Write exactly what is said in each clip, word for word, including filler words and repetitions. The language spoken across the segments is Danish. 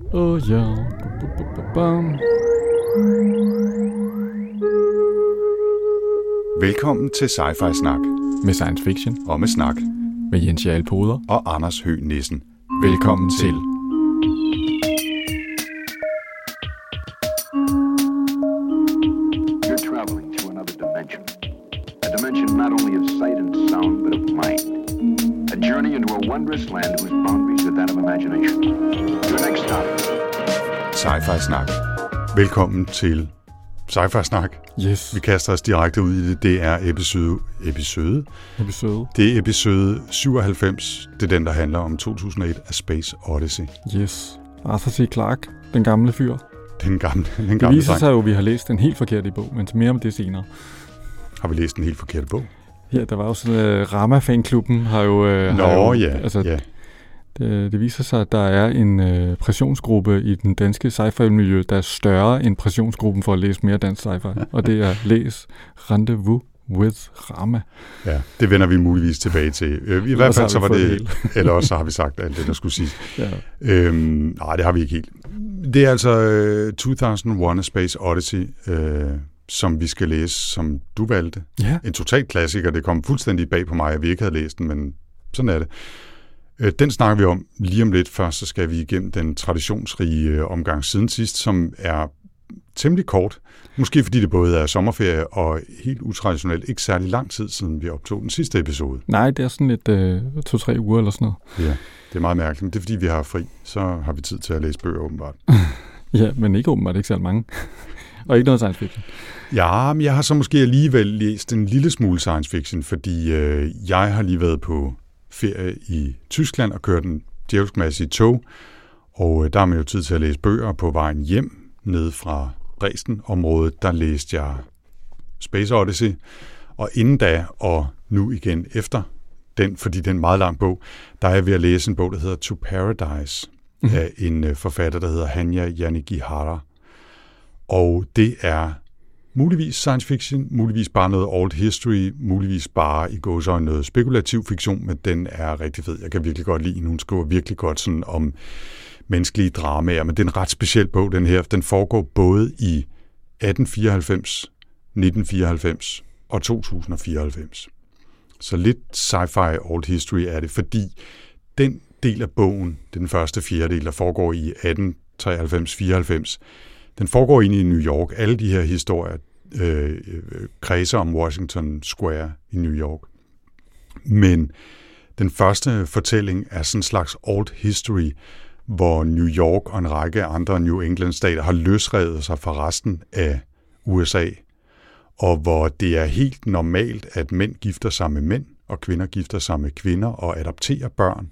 Oh ja. Bam. Velkommen til Sci-Fi Snak. Med science fiction. Og med snak. Med Jens Jarl Poder. Og Anders Høgh Nissen. Velkommen til. You're traveling to another dimension. A dimension not only of sight and sound, but of mind. A journey into a wondrous land whose boundaries are that of imagination. Your next stop. Sci-Fi Snak. Velkommen til Sci-Fi Snak. Yes. Vi kaster os direkte ud i det. Det er episode... Episode? Episode. Det er episode syvoghalvfems. Det er den, der handler om to tusind og et A Space Odyssey. Yes. Arthur C. Clarke, den gamle fyr. Den gamle, den gamle Det viser dreng. sig jo, at vi har læst en helt forkert i bog, men til mere om det senere. Har vi læst en helt forkert bog? Ja, der var jo sådan, uh, Rama-fanklubben har jo... Uh, Nå, har jo, ja. Altså, ja. Det, det viser sig, at der er en uh, pressionsgruppe i den danske sci-fi-miljø, der er større end pressionsgruppen for at læse mere dansk sci-fi. Og det er Læs Rendezvous with Rama. Ja, det vender vi muligvis tilbage til. I hvert fald så var det... Eller også så har vi sagt alt det, der skulle siges. Ja. Øhm, nej, det har vi ikke helt. Det er altså uh, to tusind og et A Space Odyssey, uh, som vi skal læse, som du valgte. Ja. En total klassiker. Det kom fuldstændig bag på mig, at vi ikke havde læst den, men sådan er det. Uh, den snakker vi om lige om lidt. Først så skal vi igennem den traditionsrige uh, omgang siden sidst, som er temmelig kort. Måske fordi det både er sommerferie og helt utraditionelt ikke særlig lang tid siden vi optog den sidste episode. Nej, det er sådan lidt øh, to-tre uger eller sådan noget. Ja, det er meget mærkeligt, men det er fordi vi har fri, så har vi tid til at læse bøger åbenbart. Ja, men ikke åbenbart ikke særlig mange. Og ikke noget science fiction. Ja, men jeg har så måske alligevel læst en lille smule science fiction, fordi øh, jeg har lige været på ferie i Tyskland og kørt en djævelsk masse i tog, og øh, der har man jo tid til at læse bøger på vejen hjem ned fra Dresden-området. Der læste jeg Space Odyssey, og inden da, og nu igen efter den, fordi det er en meget lang bog, der er jeg ved at læse en bog, der hedder To Paradise, mm-hmm. af en forfatter, der hedder Hanya Yanagihara. Og det er muligvis science fiction, muligvis bare noget old history, muligvis bare i gåseøjne noget spekulativ fiktion, men den er rigtig fed. Jeg kan virkelig godt lide den. Hun skriver virkelig godt sådan om menneskelige dramaer, men det er en ret speciel bog, den her. Den foregår både i atten fireoghalvfems, nitten fireoghalvfems og to tusind og fireoghalvfems. Så lidt sci-fi old history er det, fordi den del af bogen, den første fjerdedel, der foregår i atten treoghalvfems fireoghalvfems, den foregår inde i New York. Alle de her historier øh, kredser om Washington Square i New York. Men den første fortælling er sådan en slags old history, hvor New York og en række andre New England-stater har løsrevet sig fra resten af U S A, og hvor det er helt normalt, at mænd gifter sig med mænd, og kvinder gifter sig med kvinder og adopterer børn.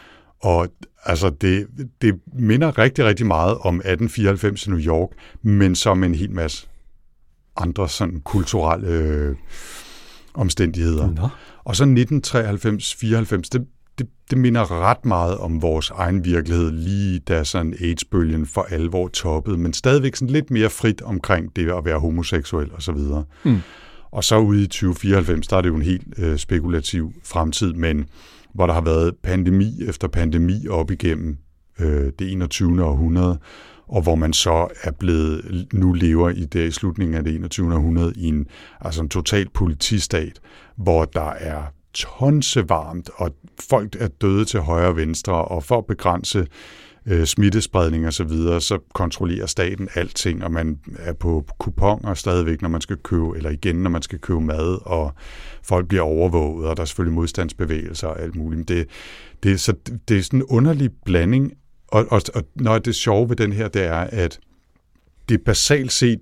Og altså, det, det minder rigtig, rigtig meget om atten fireoghalvfems i New York, men som en hel masse andre sådan kulturelle øh, omstændigheder. Nå. Og så nitten treoghalvfems fireoghalvfems, det Det, det minder ret meget om vores egen virkelighed, lige da sådan AIDS-bølgen for alvor toppede, men stadigvæk sådan lidt mere frit omkring det at være homoseksuel og så videre. Mm. Og så ude i tyve fireoghalvfems, der er det jo en helt øh, spekulativ fremtid, men hvor der har været pandemi efter pandemi op igennem øh, det enogtyvende århundrede, og hvor man så er blevet, nu lever i det i slutningen af det enogtyvende århundrede i en, altså en total politistat, hvor der er tonsevarmt, og folk er døde til højre og venstre, og for at begrænse øh, smittespredning og så videre, så kontrollerer staten alting, og man er på kuponer stadigvæk, når man skal købe, eller igen, når man skal købe mad, og folk bliver overvåget, og der er selvfølgelig modstandsbevægelser og alt muligt. Det, det, så det er sådan en underlig blanding, og, og, og når det sjove ved den her, det er, at det er basalt set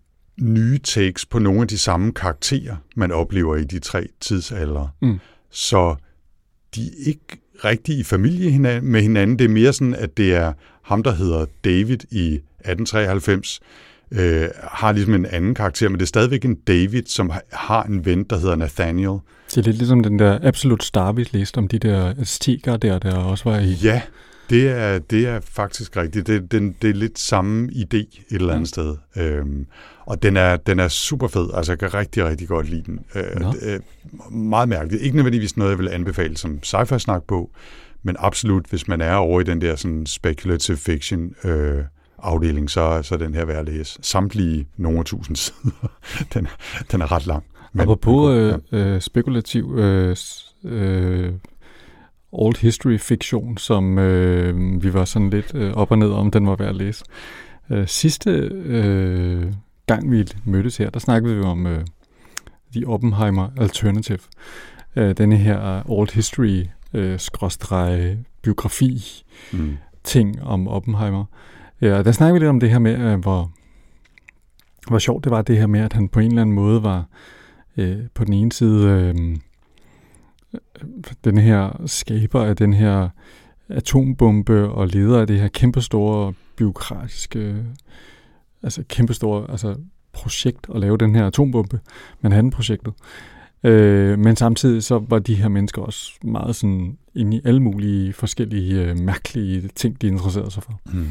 nye takes på nogle af de samme karakterer, man oplever i de tre tidsaldre. Mm. Så de er ikke rigtig i familie med hinanden. Det er mere sådan, at det er ham, der hedder David i atten treoghalvfems, øh, har ligesom en anden karakter, men det er stadigvæk en David, som har en ven, der hedder Nathaniel. Det er lidt ligesom den der Absolute Star, vi læste om de der azteker der, der også var i... Ja, det er, det er faktisk rigtigt. Det, det, det er lidt samme idé et eller andet ja. sted. Øhm, og den er, den er super fed. Altså, jeg kan rigtig, rigtig godt lide den. Øh, øh, meget mærkeligt. Ikke nødvendigvis noget, jeg vil anbefale som sci-fi snak på, men absolut, hvis man er over i den der sådan speculative fiction øh, afdeling, så, så er den her værd at læse. Samtlige nogle tusind sider. den, den er ret lang. Men, apropos øh, øh, spekulativ øh, øh, old history fiktion, som øh, vi var sådan lidt øh, op og ned om, den var værd at læse. Øh, sidste øh, gang vi mødtes her, der snakkede vi om øh, The Oppenheimer Alternative. Øh, denne her old history øh, skråstreg biografi mm. ting om Oppenheimer. Ja, der snakkede vi lidt om det her med, øh, hvor, hvor sjovt det var det her med, at han på en eller anden måde var øh, på den ene side øh, den her skaber af den her atombombe og leder af det her kæmpestore bureaukratiske, altså kæmpestore altså projekt at lave den her atombombe, Manhattan-projektet. Øh, men samtidig så var de her mennesker også meget sådan inde i alle mulige forskellige øh, mærkelige ting, de interesserede sig for. Mm.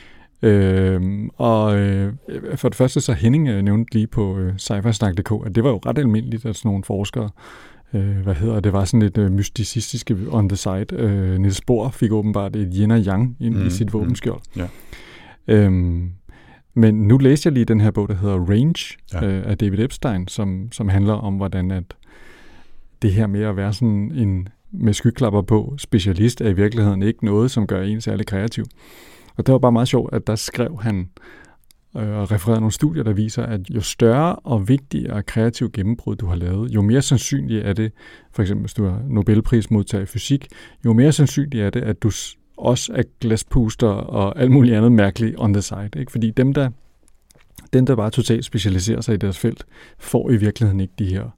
Øh, og øh, for det første så Henning øh, nævnte lige på øh, sci-fi snak punktum d k, at det var jo ret almindeligt, at sådan nogle forskere Øh, hvad hedder det, var sådan lidt øh, mysticistiske on the side. Øh, Niels Bohr fik åbenbart et yin og yang ind mm, i sit våbenskjold. Mm, yeah. øhm, men nu læste jeg lige den her bog, der hedder Range ja. øh, af David Epstein, som, som handler om, hvordan at det her med at være sådan en med skyklapper på specialist er i virkeligheden ikke noget, som gør en særlig kreativ. Og det var bare meget sjovt, at der skrev han og refererede nogle studier, der viser, at jo større og vigtigere kreativ gennembrud du har lavet, jo mere sandsynligt er det, for eksempel hvis du er Nobelprismodtager i fysik, jo mere sandsynligt er det, at du også er glaspuster og alt muligt andet mærkeligt on the side. Ikke? Fordi dem der, dem, der bare totalt specialiserer sig i deres felt, får i virkeligheden ikke de her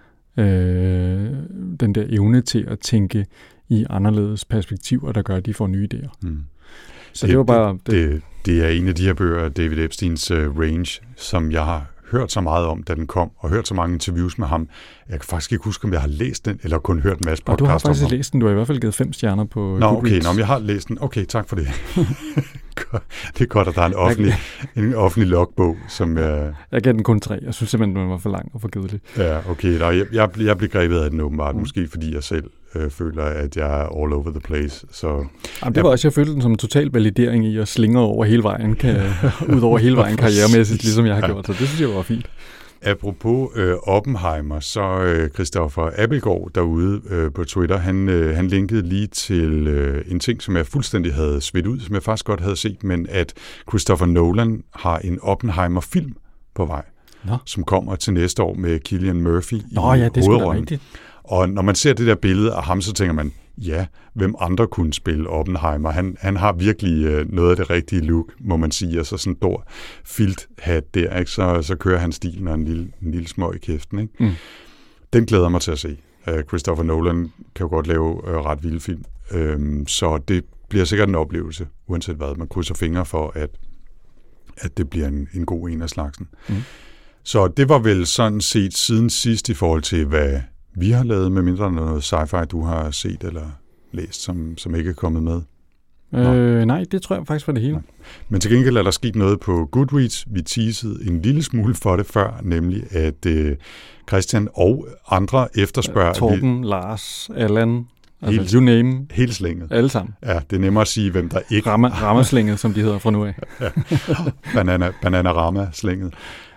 øh, den der evne til at tænke i anderledes perspektiver, der gør, at de får nye idéer. Mm. Så det, det var bare... Det, det, det er en af de her bøger, David Epsteins uh, Range, som jeg har hørt så meget om, da den kom, og hørt så mange interviews med ham. Jeg kan faktisk ikke huske, om jeg har læst den, eller kun hørt en masse podcasts om. Og du har faktisk læst den. Du har i hvert fald givet fem stjerner på Nå, okay. Nå, men jeg har læst den. Okay, tak for det. Det er godt, at der er en offentlig, en offentlig logbog, som... Jeg... jeg gav den kun tre. Jeg synes simpelthen, den var for lang og for kedelig. Ja, okay. Nå, jeg, jeg, jeg blev grebet af den åbenbart, mm. måske fordi jeg selv øh, føler, at jeg er all over the place. Så, Jamen, det var jeg... også, jeg følte den som en total validering i at slinge over hele vejen, kan, ud over hele vejen karrieremæssigt, ligesom jeg har gjort. Så det synes jeg var fint. Apropos øh, Oppenheimer, så øh, Christoffer Abildgaard derude øh, på Twitter, han, øh, han linkede lige til øh, en ting, som jeg fuldstændig havde svedt ud, som jeg faktisk godt havde set, men at Christopher Nolan har en Oppenheimer-film på vej, Nå. som kommer til næste år med Cillian Murphy Nå, i ja, det hovedrollen. Og når man ser det der billede af ham, så tænker man, ja, hvem andre kunne spille Oppenheimer? Han, han har virkelig øh, noget af det rigtige look, må man sige, og så sådan en stor filthat der, ikke? Så, så kører han stilen og en lille, en lille smøg i kæften. Ikke? Mm. Den glæder mig til at se. Uh, Christopher Nolan kan jo godt lave uh, ret vilde film, uh, så det bliver sikkert en oplevelse, uanset hvad. Man krydser fingre for, at, at det bliver en, en god en af slagsen. Mm. Så det var vel sådan set siden sidst i forhold til, hvad vi har lavet, med mindre noget sci-fi, du har set eller læst, som, som ikke er kommet med? Øh, nej, det tror jeg faktisk var det hele. Nej. Men til gengæld er der sket noget på Goodreads. Vi teasede en lille smule for det før, nemlig at øh, Christian og andre efterspørger... Torben, vi, Lars, Allan, altså helt, you name. Helt slænget. Alle sammen. Ja, det er nemmere at sige, hvem der ikke... Ramme, rammeslænget, som de hedder fra nu af. Ja. Banana, Bananarama-slænget.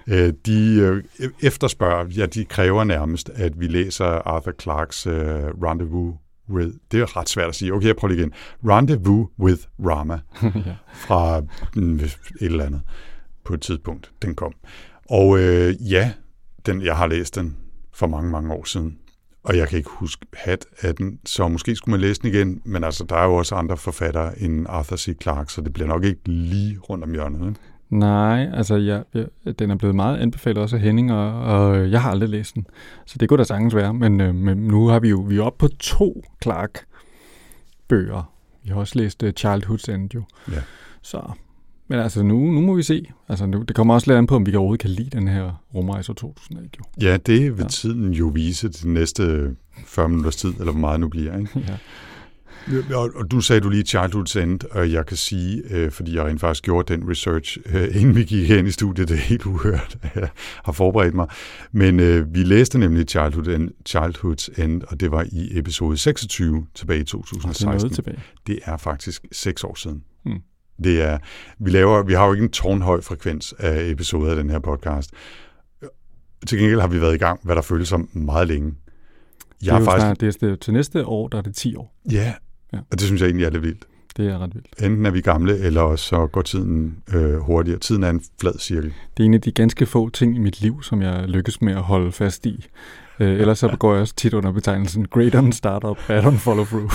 De efterspørger, ja, de kræver nærmest, at vi læser Arthur Clarkes uh, Rendezvous with, det er ret svært at sige, okay, jeg prøver lige igen, Rendezvous with Rama, ja. fra mm, et eller andet på et tidspunkt, den kom. Og øh, ja, den, jeg har læst den for mange, mange år siden, og jeg kan ikke huske hat af den, så måske skulle man læse den igen, men altså, der er jo også andre forfattere end Arthur C. Clarke, så det bliver nok ikke lige rundt om hjørnet, ikke? Nej, altså jeg, jeg, den er blevet meget anbefalet også af Henning, og, og jeg har aldrig læst den. Så det kunne da sagtens være, men, øh, men nu har vi jo vi er oppe på to Clarke-bøger. Vi har også læst uh, Childhood's End jo. Ja. Så, men altså nu, nu må vi se. Altså nu, det kommer også lidt an på, om vi overhovedet kan lide den her Rumrejser to tusind og et jo. Ja, det vil ja. tiden jo vise de næste fyrre minutters tid, eller hvor meget nu bliver, ikke? Ja. Og, og du sagde du lige Childhood's End, og jeg kan sige, øh, fordi jeg rent faktisk gjorde den research, øh, inden vi gik hen i studiet, det er helt uhørt, jeg har forberedt mig, men øh, vi læste nemlig Childhood End, Childhood's End, og det var i episode seksogtyve tilbage i to tusind og seksten. Det er, tilbage. Det er faktisk seks år siden. Hmm. Det er, vi, laver, vi har jo ikke en tårnhøj frekvens af episoder af den her podcast. Til gengæld har vi været i gang, hvad der føles som meget længe. Jeg det er jo faktisk... snart, det er, til næste år, der er det ti år. Ja, ja, og det synes jeg egentlig er lidt vildt. Det er ret vildt. Enten er vi gamle, eller så går tiden øh, hurtigere. Tiden er en flad cirkel. Det er en af de ganske få ting i mit liv, som jeg lykkes med at holde fast i. Øh, ellers så går jeg også tit under betegnelsen great on startup, bad on follow through.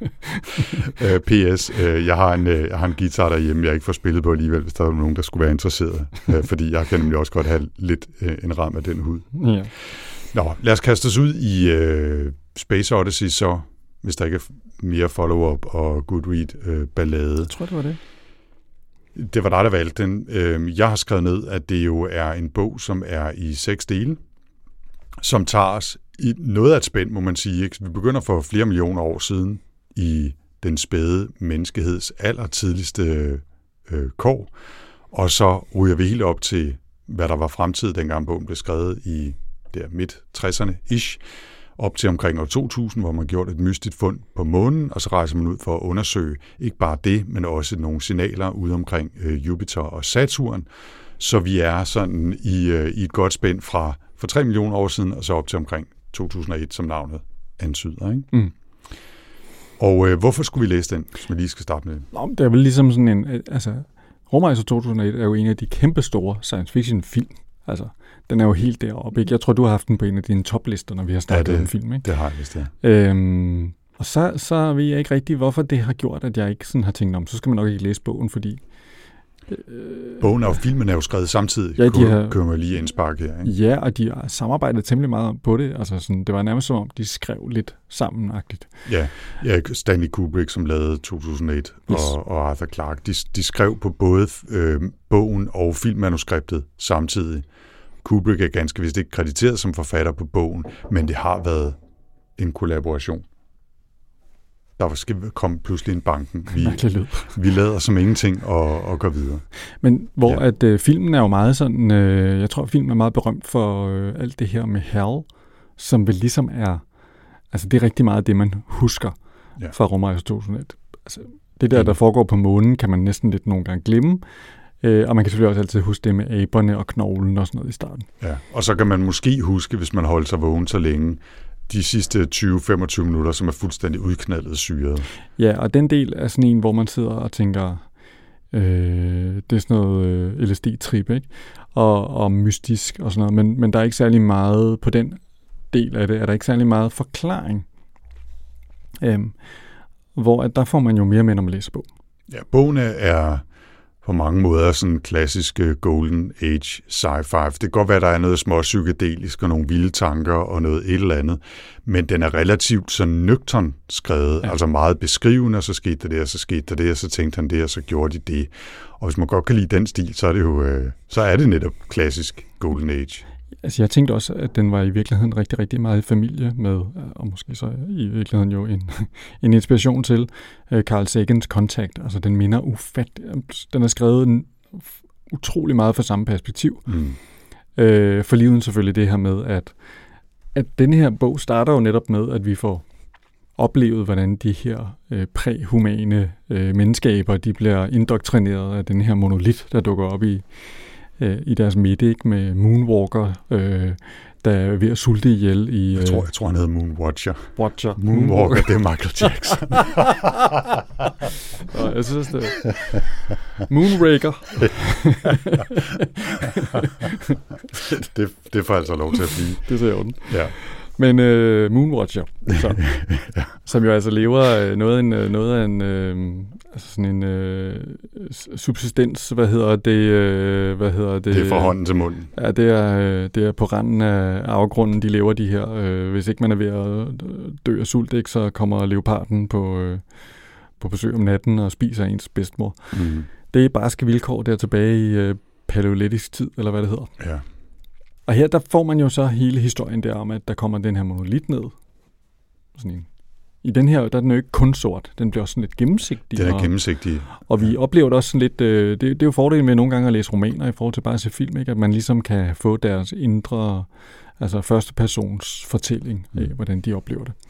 øh, P S. Øh, jeg, har en, øh, jeg har en guitar derhjemme, jeg ikke får spillet på alligevel, hvis der er nogen, der skulle være interesseret. øh, fordi jeg kan nemlig også godt have lidt øh, en ram af den hud. Ja. Nå, lad os kaste os ud i øh, Space Odyssey, så hvis der ikke er mere follow-up og Goodread-ballade. Jeg tror, det var det. Det var dig, der valgte den. Øh, jeg har skrevet ned, at det jo er en bog, som er i seks dele, som tager os i noget af et spænd, må man sige. Ikke? Vi begynder for flere millioner år siden i den spæde menneskeheds allertidligste øh, kår, og så ryger vi helt op til, hvad der var fremtid, dengang bogen blev skrevet i der midt tresserne-ish, op til omkring år to tusind, hvor man gjorde et mystisk fund på månen, og så rejser man ud for at undersøge ikke bare det, men også nogle signaler ude omkring øh, Jupiter og Saturn. Så vi er sådan i, øh, i et godt spænd fra for tre millioner år siden, og så op til omkring to tusind og et, som navnet antyder. Ikke? Mm. Og øh, hvorfor skulle vi læse den, hvis vi lige skal starte med det? Nå, det er vel ligesom sådan en... Altså, Rumrejse to tusind og et er jo en af de kæmpe store science fiction film. Altså, den er jo helt deroppe, ikke? Jeg tror, du har haft den på en af dine toplister, når vi har snakket ja, det, om film, ikke? det har jeg vist, ja. Øhm, og så, så ved jeg ikke rigtig, hvorfor det har gjort, at jeg ikke sådan har tænkt om, så skal man nok ikke læse bogen, fordi... Øh, bogen og filmen er jo skrevet samtidig, ja, de har, kører man lige indspark her, ikke? Ja, og de har samarbejdet temmelig meget på det. Altså sådan, det var nærmest som om, de skrev lidt sammenagtigt. Ja, ja, Stanley Kubrick, som lavede to tusind og et, yes. og, og Arthur Clarke, de, de skrev på både øh, bogen og filmmanuskriptet samtidig. Kubrick er ganske vist ikke krediteret som forfatter på bogen, men det har været en kollaboration. Der skal komme pludselig en banken. Vi, vi lader som ingenting og, og går videre. Men hvor ja. at øh, filmen er jo meget sådan, øh, jeg tror filmen er meget berømt for øh, alt det her med Hal, som vel ligesom er, altså det er rigtig meget det, man husker ja. fra Rumrejse to tusind og et. Altså, det der, der foregår på månen, kan man næsten lidt nogle gange glemme. Øh, og man kan selvfølgelig også altid huske det med aberne og knoglen og sådan noget i starten. Ja, og så kan man måske huske, hvis man holder sig vågen så længe, de sidste tyve til femogtyve minutter, som er fuldstændig udknaldet syret. Ja, og den del er sådan en, hvor man sidder og tænker, øh, det er sådan noget øh, L S D-trip, ikke? Og, og mystisk og sådan noget, men, men der er ikke særlig meget på den del af det, er der ikke særlig meget forklaring. Øhm, hvor at der får man jo mere med, når man læser bogen. Ja, bogen er på mange måder sådan en klassisk Golden Age sci-fi. Det kan godt være, at der er noget små psykedelisk og nogle vilde tanker og noget et eller andet, men den er relativt så nøgtern skrevet, ja. altså meget beskrivende, og så skete der det, og så skete der det, og så tænkte han det, og så gjorde de det. Og hvis man godt kan lide den stil, så er det jo øh, så er det netop klassisk Golden Age. Altså jeg tænkte også, at den var i virkeligheden rigtig, rigtig meget i familie med, og måske så i virkeligheden jo en, en inspiration til uh, Carl Sagans Contact. Altså den minder ufattelig. Den er skrevet utrolig meget fra samme perspektiv. Mm. Uh, for livet selvfølgelig det her med, at, at den her bog starter jo netop med, at vi får oplevet, hvordan de her uh, præhumane uh, menneskeaber, de bliver indoktrineret af den her monolit, der dukker op i i deres midte, ikke, med Moonwalker, øh, der er ved at sulte ihjel i... Øh, jeg, tror, jeg tror, han hedder Moonwatcher. Watcher. Moonwalker, det er Michael Jackson. Nå, jeg synes, det er... Moonraker. det, det får altså lov til at blive. Det ser ondt. Ja. Men øh, Moonwatcher, så, ja. som jo altså lever noget af en, noget af en øh, altså sådan en øh, subsistens, hvad hedder det, øh, hvad hedder det? Det er fra hånden til munden. Ja, det er, øh, det er på randen af afgrunden, de lever de her. Øh, hvis ikke man er ved at dø af sult, ikke, så kommer leoparden på, øh, på besøg om natten og spiser ens bedstemor. Mm. Det er barske vilkår der tilbage i øh, paleolitisk tid, eller hvad det hedder. Ja. Og her der får man jo så hele historien der om, at der kommer den her monolit ned. Sådan en i den her, der er den jo ikke kun sort. Den bliver også sådan lidt gennemsigtig. Den er og, gennemsigtig. Og vi ja. oplever det også sådan lidt, øh, det, det er jo fordelen med nogle gange at læse romaner i forhold til bare at se film, ikke? At man ligesom kan få deres indre, altså første persons fortælling af, mm. hvordan de oplever det.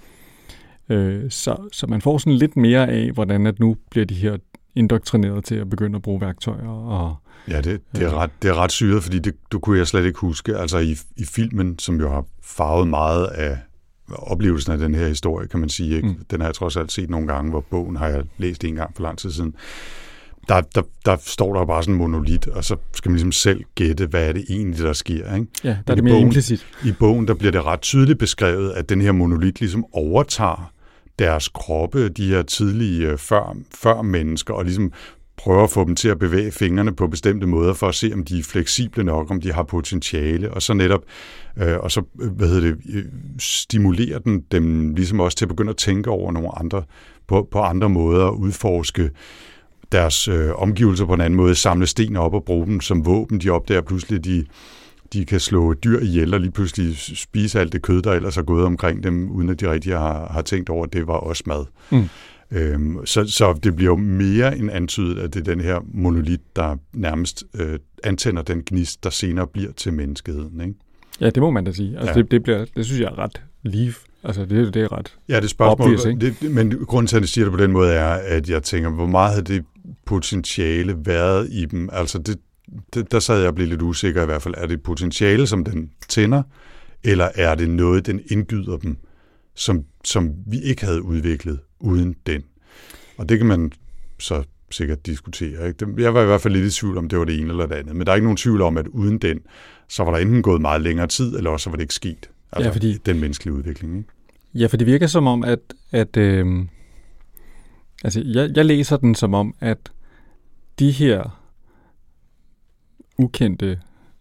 Øh, så, så man får sådan lidt mere af, hvordan at nu bliver de her indoktrineret til at begynde at bruge værktøjer. Og, ja, det, det, er ret, det er ret syret, fordi det, det kunne jeg slet ikke huske. Altså i, i filmen, som jo har farvet meget af oplevelsen af den her historie, kan man sige. Ikke? Mm. Den har jeg trods alt set nogle gange, hvor bogen har jeg læst en gang for lang tid siden. Der, der, der står der bare sådan en monolit, og så skal man ligesom selv gætte, hvad er det egentlig, der sker. Ikke? Ja, der er det mere bogen, implicit. I bogen, der bliver det ret tydeligt beskrevet, at den her monolit ligesom overtager deres kroppe, de her tidlige før, før mennesker, og ligesom prøver at få dem til at bevæge fingrene på bestemte måder, for at se, om de er fleksible nok, om de har potentiale, og så netop, øh, og så, hvad hedder det, stimulerer den dem ligesom også til at begynde at tænke over nogle andre, på, på andre måder, udforske deres øh, omgivelser på en anden måde, samle sten op og bruge dem som våben. De opdager pludselig, de de kan slå dyr ihjel og lige pludselig spise alt det kød, der ellers er gået omkring dem, uden at de rigtig har, har tænkt over, at det var også mad. Mm. Øhm, så, så det bliver jo mere end antydet, at det er den her monolit, der nærmest øh, antænder den gnist, der senere bliver til menneskeheden. Ikke? Ja, det må man da sige. Altså, ja. det, det, bliver, det synes jeg er ret lige. Altså, det, det er ret ja, det spørgsmål, obvious, det, men grunden til, at jeg siger det på den måde, er, at jeg tænker, hvor meget havde det potentiale været i dem? Altså, det Der sad jeg og blev lidt usikker i hvert fald. Er det potentiale, som den tænder, eller er det noget, den indgyder dem, som, som vi ikke havde udviklet uden den? Og det kan man så sikkert diskutere. Ikke? Jeg var i hvert fald lidt i tvivl om, det var det ene eller det andet. Men der er ikke nogen tvivl om, at uden den, så var der enten gået meget længere tid, eller også var det ikke sket. Altså ja, fordi, den menneskelige udvikling. Ikke? Ja, for det virker som om, at, at øh, altså, jeg, jeg læser den som om, at de her ukendte,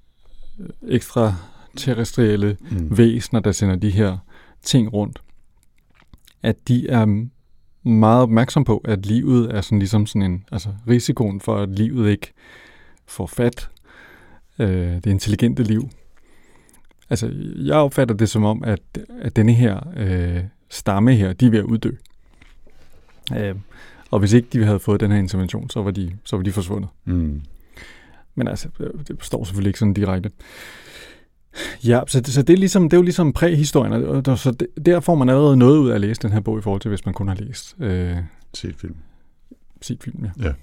ekstraterrestrielle mm. væsener, der sender de her ting rundt, at de er meget opmærksom på, at livet er sådan ligesom sådan en, altså risikoen for, at livet ikke får fat, øh, det intelligente liv. Altså, jeg opfatter det som om, at, at denne her øh, stamme her, de er ved at uddø. Øh, og hvis ikke de havde fået den her intervention, så var de, så var de forsvundet. Mm. Men altså, det står selvfølgelig ikke sådan direkte. Ja, så det, så det er ligesom, det er jo ligesom præhistorien, og så det, der får man allerede noget ud af at læse den her bog i forhold til, hvis man kun har læst øh, set film. Set film, ja. Ja,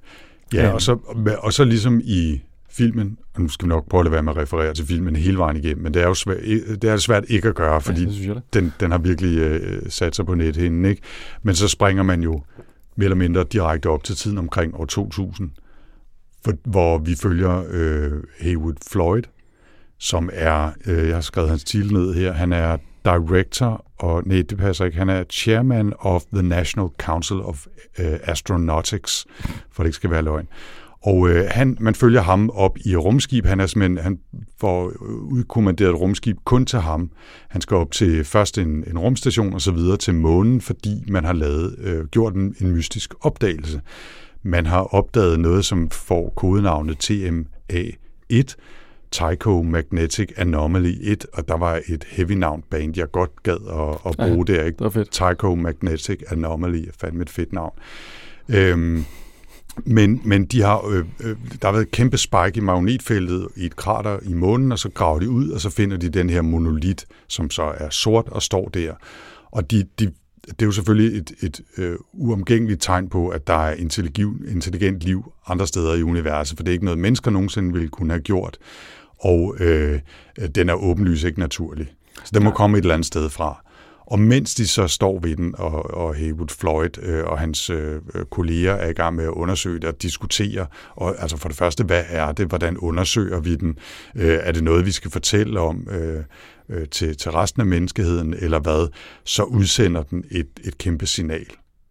ja og, så, og så ligesom i filmen, og nu skal vi nok prøve at være med at referere til filmen hele vejen igennem, men det er jo svært, det er svært ikke at gøre, fordi ja, den, den har virkelig øh, sat sig på nethinden, ikke? Men så springer man jo mere eller mindre direkte op til tiden omkring år to tusind, for, hvor vi følger øh, Heywood Floyd, som er, øh, jeg har skrevet hans titel ned her, han er director, og nej, det passer ikke, han er chairman of the National Council of uh, Astronautics, for det ikke skal være løgn. Og øh, han, man følger ham op i rumskib, han er simpelthen, han får udkommanderet et rumskib kun til ham. Han skal op til først en, en rumstation og så videre til månen, fordi man har lavet, øh, gjort en, en mystisk opdagelse. Man har opdaget noget, som får kodenavnet T M A et, Tycho Magnetic Anomaly et, og der var et heavy-navn band, jeg godt gad at, at bruge ja, der, ikke? Det Tycho Magnetic Anomaly er fandme et fedt navn. Øhm, men, men de har, øh, øh, der har været et kæmpe spike i magnetfeltet i et krater i månen, og så graver de ud, og så finder de den her monolit, som så er sort og står der. Og de, de det er jo selvfølgelig et, et øh, uomgængeligt tegn på, at der er intelligent, intelligent liv andre steder i universet, for det er ikke noget, mennesker nogensinde ville kunne have gjort, og øh, den er åbenlyst ikke naturlig. Så den må ja. komme et eller andet sted fra. Og mens de så står ved den, og, og Heywood Floyd øh, og hans øh, kolleger er i gang med at undersøge det og diskutere, og altså for det første, hvad er det, hvordan undersøger vi den, øh, er det noget, vi skal fortælle om øh, øh, til, til resten af menneskeheden, eller hvad, så udsender den et, et kæmpe signal.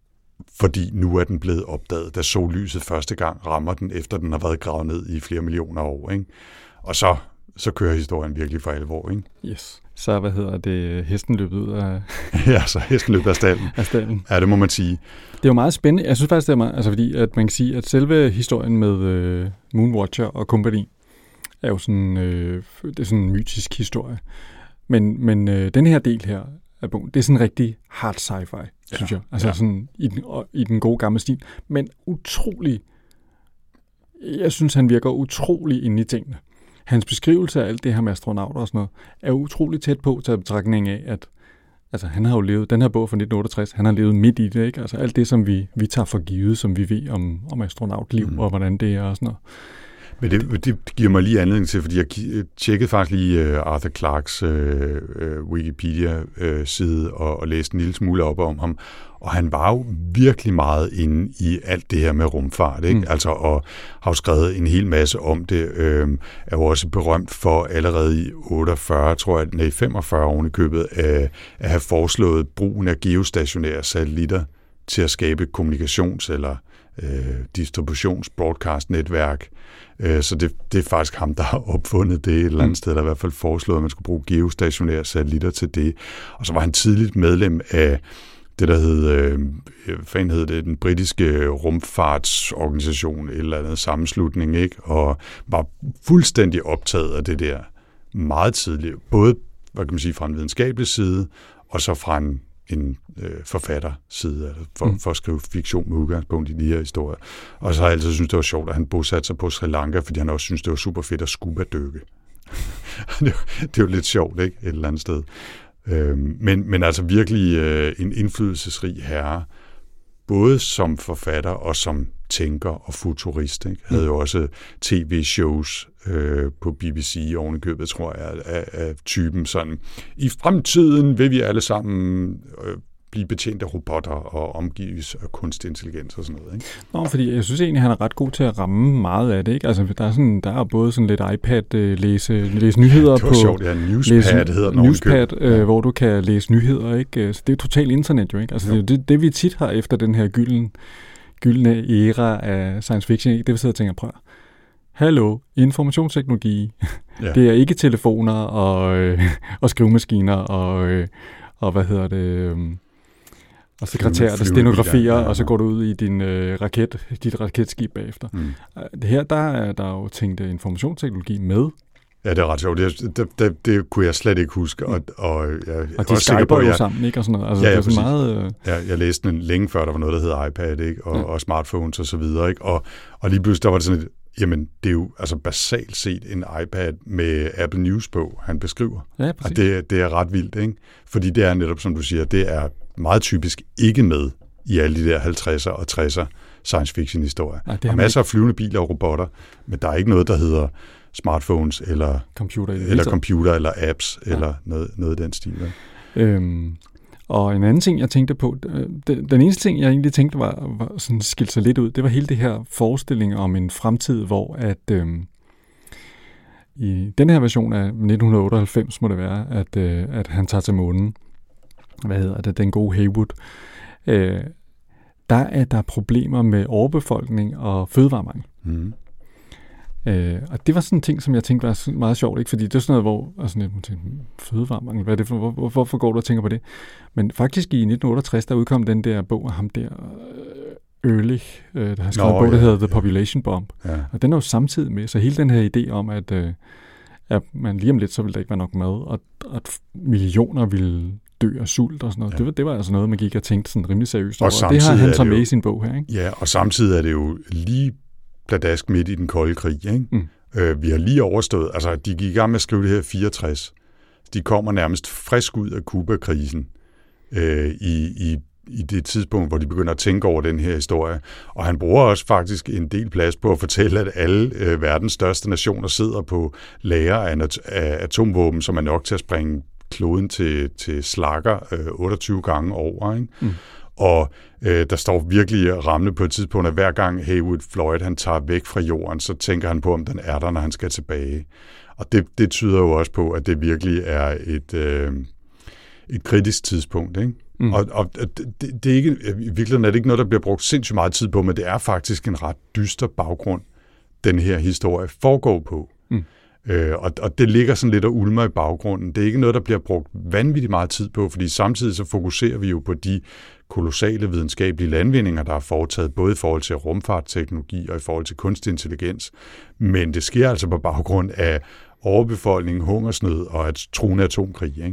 Fordi nu er den blevet opdaget, da sollyset første gang rammer den, efter den har været gravet ned i flere millioner år, ikke? Og så, så kører historien virkelig for alvor, ikke? Yes. Så, hvad hedder det, hesten løbet ud af... ja, så hesten løbet af stallen. af stallen. Ja, det må man sige. Det er jo meget spændende. Jeg synes faktisk, det er meget... Altså, fordi at man kan sige, at selve historien med øh, Moonwatcher og kompagni er jo sådan... Øh, det er sådan en mytisk historie. Men, men øh, den her del her, af bogen. Det er sådan rigtig hard sci-fi, synes ja, jeg. Altså ja. sådan i den, i den gode gamle stil. Men utrolig... Jeg synes, han virker utrolig inde i tingene. Hans beskrivelse af alt det her med astronauter og sådan noget, er utrolig tæt på til betragtning af, at altså, han har jo levet, den her bog fra nitten otteogtres, han har levet midt i det, ikke? Altså alt det, som vi, vi tager for givet, som vi ved om, om astronautliv mm. og hvordan det er og sådan noget. Men det, det giver mig lige anledning til, fordi jeg tjekkede faktisk lige uh, Arthur Clarkes uh, uh, Wikipedia-side uh, og, og læste en lille smule op om ham, og han var jo virkelig meget inde i alt det her med rumfart, ikke? Mm. Altså, og har jo skrevet en hel masse om det, øh, er jo også berømt for allerede i otteogfyrre, tror jeg, nej, femogfyrre oven i købet, at, at have foreslået brugen af geostationære satellitter til at skabe kommunikations- eller øh, distributions-broadcast-netværk. Øh, så det, det er faktisk ham, der har opfundet det et eller andet mm. sted, der i hvert fald foreslået, at man skulle bruge geostationære satellitter til det. Og så var han tidligt medlem af det, der hed, øh, hvad hed det, den britiske rumfartsorganisation, et eller andet sammenslutning, ikke? Og var fuldstændig optaget af det der meget tidligt, både, hvad kan man sige, fra en videnskabelig side, og så fra en, en øh, forfatterside, altså for, mm. for at skrive fiktion med udgangspunkt i de her historier. Og så har jeg altid syntes, det var sjovt, at han bosatte sig på Sri Lanka, fordi han også syntes, det var super fedt at scuba-dykke. det, det er jo lidt sjovt, ikke? Et eller andet sted. Men, men altså virkelig øh, en indflydelsesrig herre, både som forfatter og som tænker og futurist. Ikke? Havde jo også tv-shows øh, på B B C oven i købet, tror jeg, af, af typen sådan, i fremtiden vil vi alle sammen øh, blive betjent af robotter og omgives af kunstig intelligens og sådan noget. Ikke? Nå, fordi jeg synes egentlig, han er ret god til at ramme meget af det. Ikke? Altså, der er, sådan, der er både sådan lidt iPad, øh, læse, læse nyheder det var på... sjovt, ja, Newspad læse, hedder den. Newspad, øh, hvor du kan læse nyheder. Ikke? Så det er totalt internet jo, ikke? Altså, jo. Det, det, det vi tit har efter den her gylden, gyldne æra af science fiction, ikke? Det vi sidder og tænker, prøv. Hallo, informationsteknologi. Ja. Det er ikke telefoner og, øh, og skrivemaskiner og, øh, og hvad hedder det... Øh, og sekretær, der stenograferer, ja, ja, ja. Og så går du ud i din øh, raket, dit raketskib bagefter. Mm. Det her, der er der jo tænkt informationsteknologi med. Ja, det er ret sjovt. Det, det, det, det kunne jeg slet ikke huske. Og, og, jeg, og de skyper jo sammen, ikke? Og sådan noget. Altså, ja, ja, det er så meget, øh... ja, jeg læste den længe før, der var noget, der hed iPad, ikke? Og, ja. og smartphones og så videre. Ikke? Og, og lige pludselig, der var det sådan et, jamen, det er jo altså basalt set en iPad med Apple News på, han beskriver. Ja, og det, det er ret vildt, ikke? Fordi det er netop, som du siger, det er meget typisk ikke med i alle de der halvtredser og tresser science fiction historier. Nej, der er masser af flyvende biler og robotter, men der er ikke noget, der hedder smartphones eller computer, eller, computer, eller apps ja. eller noget, noget i den stil. Øhm, og en anden ting, jeg tænkte på, den, den eneste ting, jeg egentlig tænkte var, var sådan skilt sig lidt ud, det var hele det her forestilling om en fremtid, hvor at øhm, i den her version af nitten otteoghalvfems må det være, at, øh, at han tager til månen. Hvad hedder det? Den gode Haywood. Øh, der er der problemer med overbefolkning og fødevaremangel. Mm. Øh, og det var sådan en ting, som jeg tænkte var meget sjovt, ikke? Fordi det er sådan noget, hvor altså, jeg tænkte, fødevaremangel, hvad er det for, hvor, hvor, hvorfor går du og tænker på det? Men faktisk i nitten otteogtres, der udkom den der bog af ham der, Ehrlich, øh, der har skrevet Nå, en bog, der ja, hedder The Population Bomb. Ja. Og den er jo samtidig med, så hele den her idé om, at, øh, at man lige om lidt, så ville der ikke være nok mad, og at millioner ville dø af sult og sådan noget. Ja. Det, var, det var altså noget, man gik og tænkte sådan rimelig seriøst over. Og det har han så med i sin bog her, ikke? Ja, og samtidig er det jo lige pladask midt i den kolde krig, ikke? Mm. Øh, vi har lige overstået, altså de gik i gang med at skrive det her i fireogtres. De kommer nærmest frisk ud af Kuba-krisen øh, i, i, i det tidspunkt, hvor de begynder at tænke over den her historie. Og han bruger også faktisk en del plads på at fortælle, at alle øh, verdens største nationer sidder på lager af, af atomvåben, som er nok til at springe kloden til, til slakker øh, otteogtyve gange over, ikke? Mm. Og øh, der står virkelig rammende på et tidspunkt, at hver gang Haywood Floyd han tager væk fra jorden, så tænker han på, om den er der, når han skal tilbage. Og det, det tyder jo også på, at det virkelig er et, øh, et kritisk tidspunkt, ikke? Mm. Og, og det, det er ikke, i virkeligheden er det ikke noget, der bliver brugt sindssygt meget tid på, men det er faktisk en ret dyster baggrund, den her historie foregår på. Mm. Øh, og, og det ligger sådan lidt og ulmer i baggrunden. Det er ikke noget, der bliver brugt vanvittigt meget tid på, fordi samtidig så fokuserer vi jo på de kolossale videnskabelige landvindinger, der er foretaget, både i forhold til rumfartsteknologi og i forhold til kunstig intelligens. Men det sker altså på baggrund af overbefolkning, hungersnød og et truende atomkrig, ikke?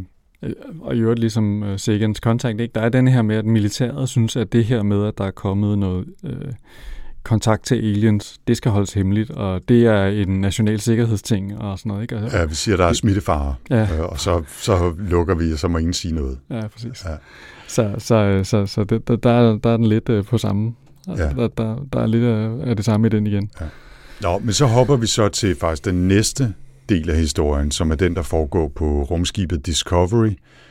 Og i øvrigt ligesom uh, Sagans Contact, ikke? Der er den her med, at militæret synes, at det her med, at der er kommet noget øh, kontakt til aliens, det skal holdes hemmeligt, og det er en national sikkerhedsting og sådan noget, ikke? Altså, ja, vi siger, der er smittefare, ja. øh, og så, så lukker vi, og så må ingen sige noget. Ja, præcis. Ja. Så, så, så, så det, der, der, der er den lidt uh, på samme. Ja. Der, der, der er lidt af, af det samme i den igen. Ja. Nå, men så hopper vi så til faktisk den næste del af historien, som er den, der foregår på rumskibet Discovery,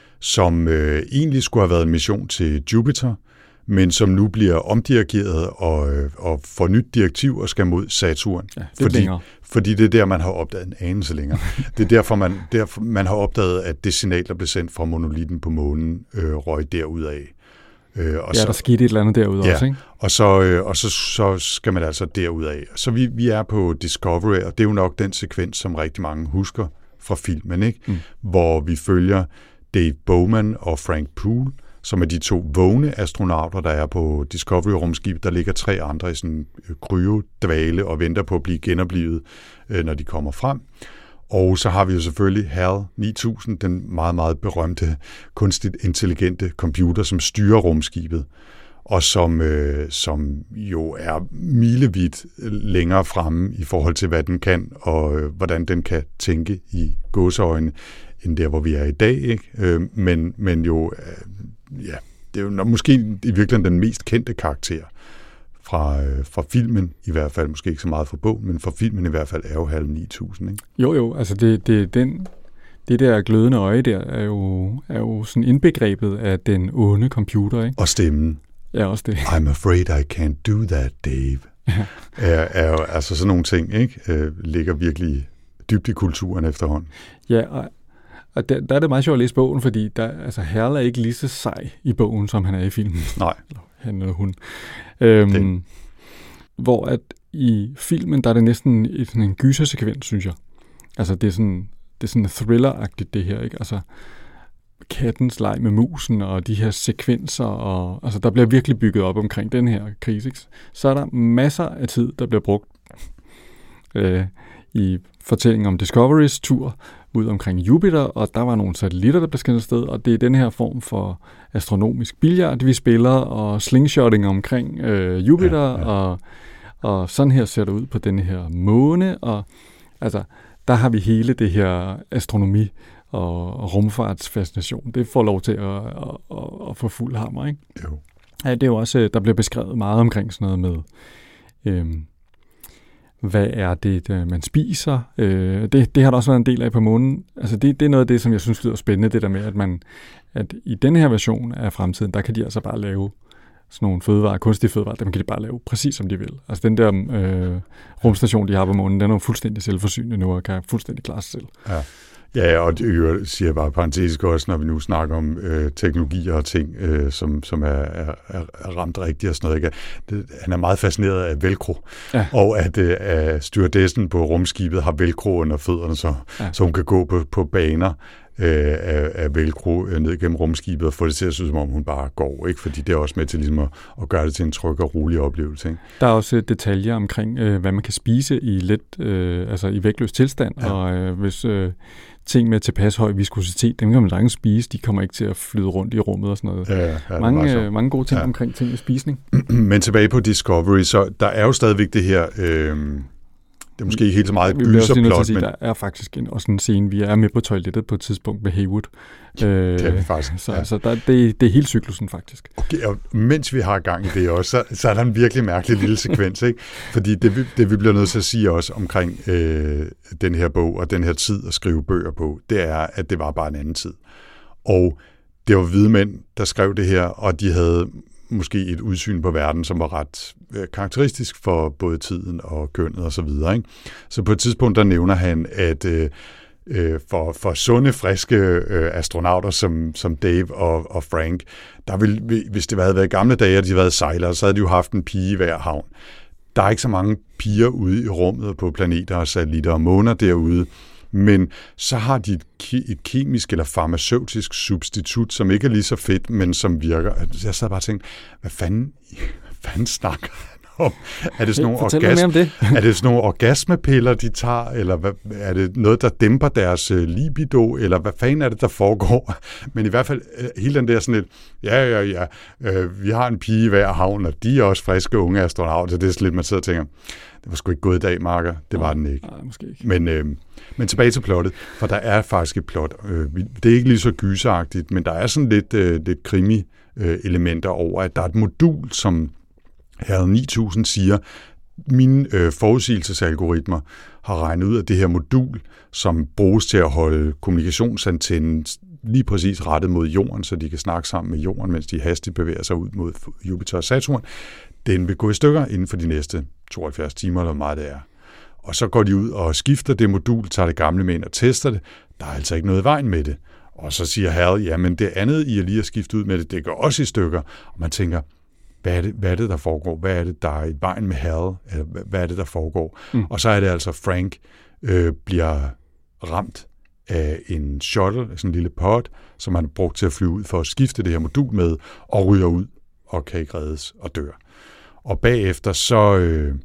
som øh, egentlig skulle have været en mission til Jupiter, men som nu bliver omdirigeret og, øh, og får nyt direktiv og skal mod Saturn. Ja, det fordi, længere. fordi det er der, man har opdaget en anelse længere. Det er derfor, man, derfor, man har opdaget, at det signal, der blev sendt fra monolitten på månen, øh, røg derudad. Øh, og ja, så, der skete et eller andet derude ja, også, ikke? Og, så, øh, og så, så skal man altså derudad. Så vi, vi er på Discovery, og det er jo nok den sekvens, som rigtig mange husker fra filmen, ikke? Mm. Hvor vi følger Dave Bowman og Frank Poole, som er de to vågne astronauter, der er på Discovery-rumskibet. Der ligger tre andre i sådan en kryodvale og venter på at blive genoplivet, øh, når de kommer frem. Og så har vi jo selvfølgelig HAL ni tusind, den meget, meget berømte, kunstigt intelligente computer, som styrer rumskibet, og som, øh, som jo er milevidt længere fremme i forhold til, hvad den kan, og øh, hvordan den kan tænke i gåseøjne, end der, hvor vi er i dag. Ikke? Øh, men, men jo, øh, ja, det er jo måske i virkeligheden den mest kendte karakter Fra, øh, fra filmen, i hvert fald, måske ikke så meget fra bogen, men fra filmen i hvert fald er jo HAL ni tusind, ikke? Jo, jo, altså det, det, den, det der glødende øje der, er jo, er jo sådan indbegrebet af den onde computer, ikke? Og stemmen. Ja, også det. I'm afraid I can't do that, Dave. Ja. er, er jo, altså sådan nogle ting, ikke? Øh, ligger virkelig dybt i kulturen efterhånden. Ja, og, og der, der er det meget sjovt at læse bogen, fordi der, altså, HAL er ikke lige så sej i bogen, som han er i filmen. Nej. Han eller hun. Øhm, hvor at i filmen, der er det næsten et, sådan en gysersekvens, synes jeg. Altså, det er sådan, det er sådan thriller-agtigt, det her, ikke? Altså, kattens leg med musen, og de her sekvenser, og altså, der bliver virkelig bygget op omkring den her krise, ikke? Så er der masser af tid, der bliver brugt øh, i fortællingen om Discoverys tur ud omkring Jupiter, og der var nogle satellitter, der blev skændt sted, og det er den her form for astronomisk billard, vi spiller, og slingshotting omkring øh, Jupiter, ja, ja. Og, og sådan her ser det ud på den her måne, og altså, der har vi hele det her astronomi og rumfartsfascination. Det får lov til at, at, at, at få fuld hammer, ikke? Jo. Ja, det er jo også, der bliver beskrevet meget omkring sådan noget med, øhm, hvad er det, man spiser? Øh, det, det har der også været en del af på månen. Altså det, det er noget af det, som jeg synes lyder spændende, det der med, at man, at i den her version af fremtiden, der kan de altså bare lave sådan nogle fødevarer, kunstige fødevarer, dem kan de bare lave præcis som de vil. Altså den der øh, rumstation, de har på månen, den er jo fuldstændig selvforsynende nu, og kan fuldstændig klare sig selv. Ja. Ja, og det siger jeg bare parentetisk også, når vi nu snakker om øh, teknologier og ting, øh, som, som er, er, er ramt rigtigt og sådan noget. Ikke? Det, han er meget fascineret af velcro, ja. Og at øh, at stewardessen på rumskibet har velcro under fødderne, så, ja. Så hun kan gå på, på baner øh, af, af velcro øh, ned gennem rumskibet og få det til at se, som om hun bare går, ikke? Fordi det er også med til ligesom at, at gøre det til en tryg og rolig oplevelse. Ikke? Der er også detaljer omkring, øh, hvad man kan spise i let, øh, altså i vægtløs tilstand, ja. Og øh, hvis øh, ting med tilpas høj viskositet, dem kan man sagtens spise, de kommer ikke til at flyde rundt i rummet og sådan noget. Ja, ja, mange, øh, mange gode ting ja. Omkring ting med spisning. Men tilbage på Discovery, så der er jo stadigvæk det her, øh, det er måske ikke helt så meget gyserplot, men der er faktisk en, også en scene, vi er med på toilettet på et tidspunkt med Haywood. Øh, det er vi faktisk. Så, ja. så der, det, det er hele cyklusen faktisk. Okay, og mens vi har gang i det også, så, så er der en virkelig mærkelig lille sekvens, ikke? Fordi det, det vi bliver nødt til at sige også omkring øh, den her bog og den her tid at skrive bøger på, det er, at det var bare en anden tid. Og det var hvide mænd, der skrev det her, og de havde måske et udsyn på verden, som var ret øh, karakteristisk for både tiden og kønnet og så videre, ikke? Så på et tidspunkt, der nævner han, at øh, øh, for, for sunde, friske øh, astronauter som, som Dave og, og Frank, der ville, hvis det havde været gamle dage, og de havde været sejlere, så havde de jo haft en pige i hver havn. Der er ikke så mange piger ude i rummet på planeter og satellitter og måner derude, men så har de et, ke- et kemisk eller farmaceutisk substitut, som ikke er lige så fedt, men som virker. Jeg sad bare og tænkte, hvad fanden, hvad fanden snakker han om, er det sådan nogle, Fortæl orgasme, mere om det. er det sådan nogle orgasmepiller, de tager, eller hvad, er det noget, der dæmper deres libido, eller hvad fanden er det, der foregår? Men i hvert fald, hele den der sådan lidt, ja, ja, ja, øh, vi har en pige i hver havn, og de er også friske unge astronauter, det er sådan lidt, man sidder og tænker, det var sgu ikke gået i dag, Marker. Det var den ikke. Nej, måske ikke. Men, øh, men tilbage til plottet, for der er faktisk et plot. Øh, det er ikke lige så gyseragtigt, men der er sådan lidt, øh, lidt krimi-elementer over, at der er et modul, som Hal ni tusind siger, mine øh, forudsigelsesalgoritmer har regnet ud af det her modul, som bruges til at holde kommunikationsantennen lige præcis rettet mod jorden, så de kan snakke sammen med jorden, mens de hastigt bevæger sig ud mod Jupiter og Saturn. Den vil gå i stykker inden for de næste tooghalvfjerds timer, eller hvor meget det er. Og så går de ud og skifter det modul, tager det gamle med ind og tester det. Der er altså ikke noget i vejen med det. Og så siger Hal, ja, men det andet, I er lige at skifte ud med det, det går også i stykker. Og man tænker, hvad er det, hvad er det der foregår? Hvad er det, der er i vejen med Hal? Eller hvad er det, der foregår? Mm. Og så er det altså, Frank øh, bliver ramt af en shuttle, sådan en lille pod, som han har brugt til at flyve ud for at skifte det her modul med, og ryger ud og kan ikke reddes og dør. Og bagefter så øh,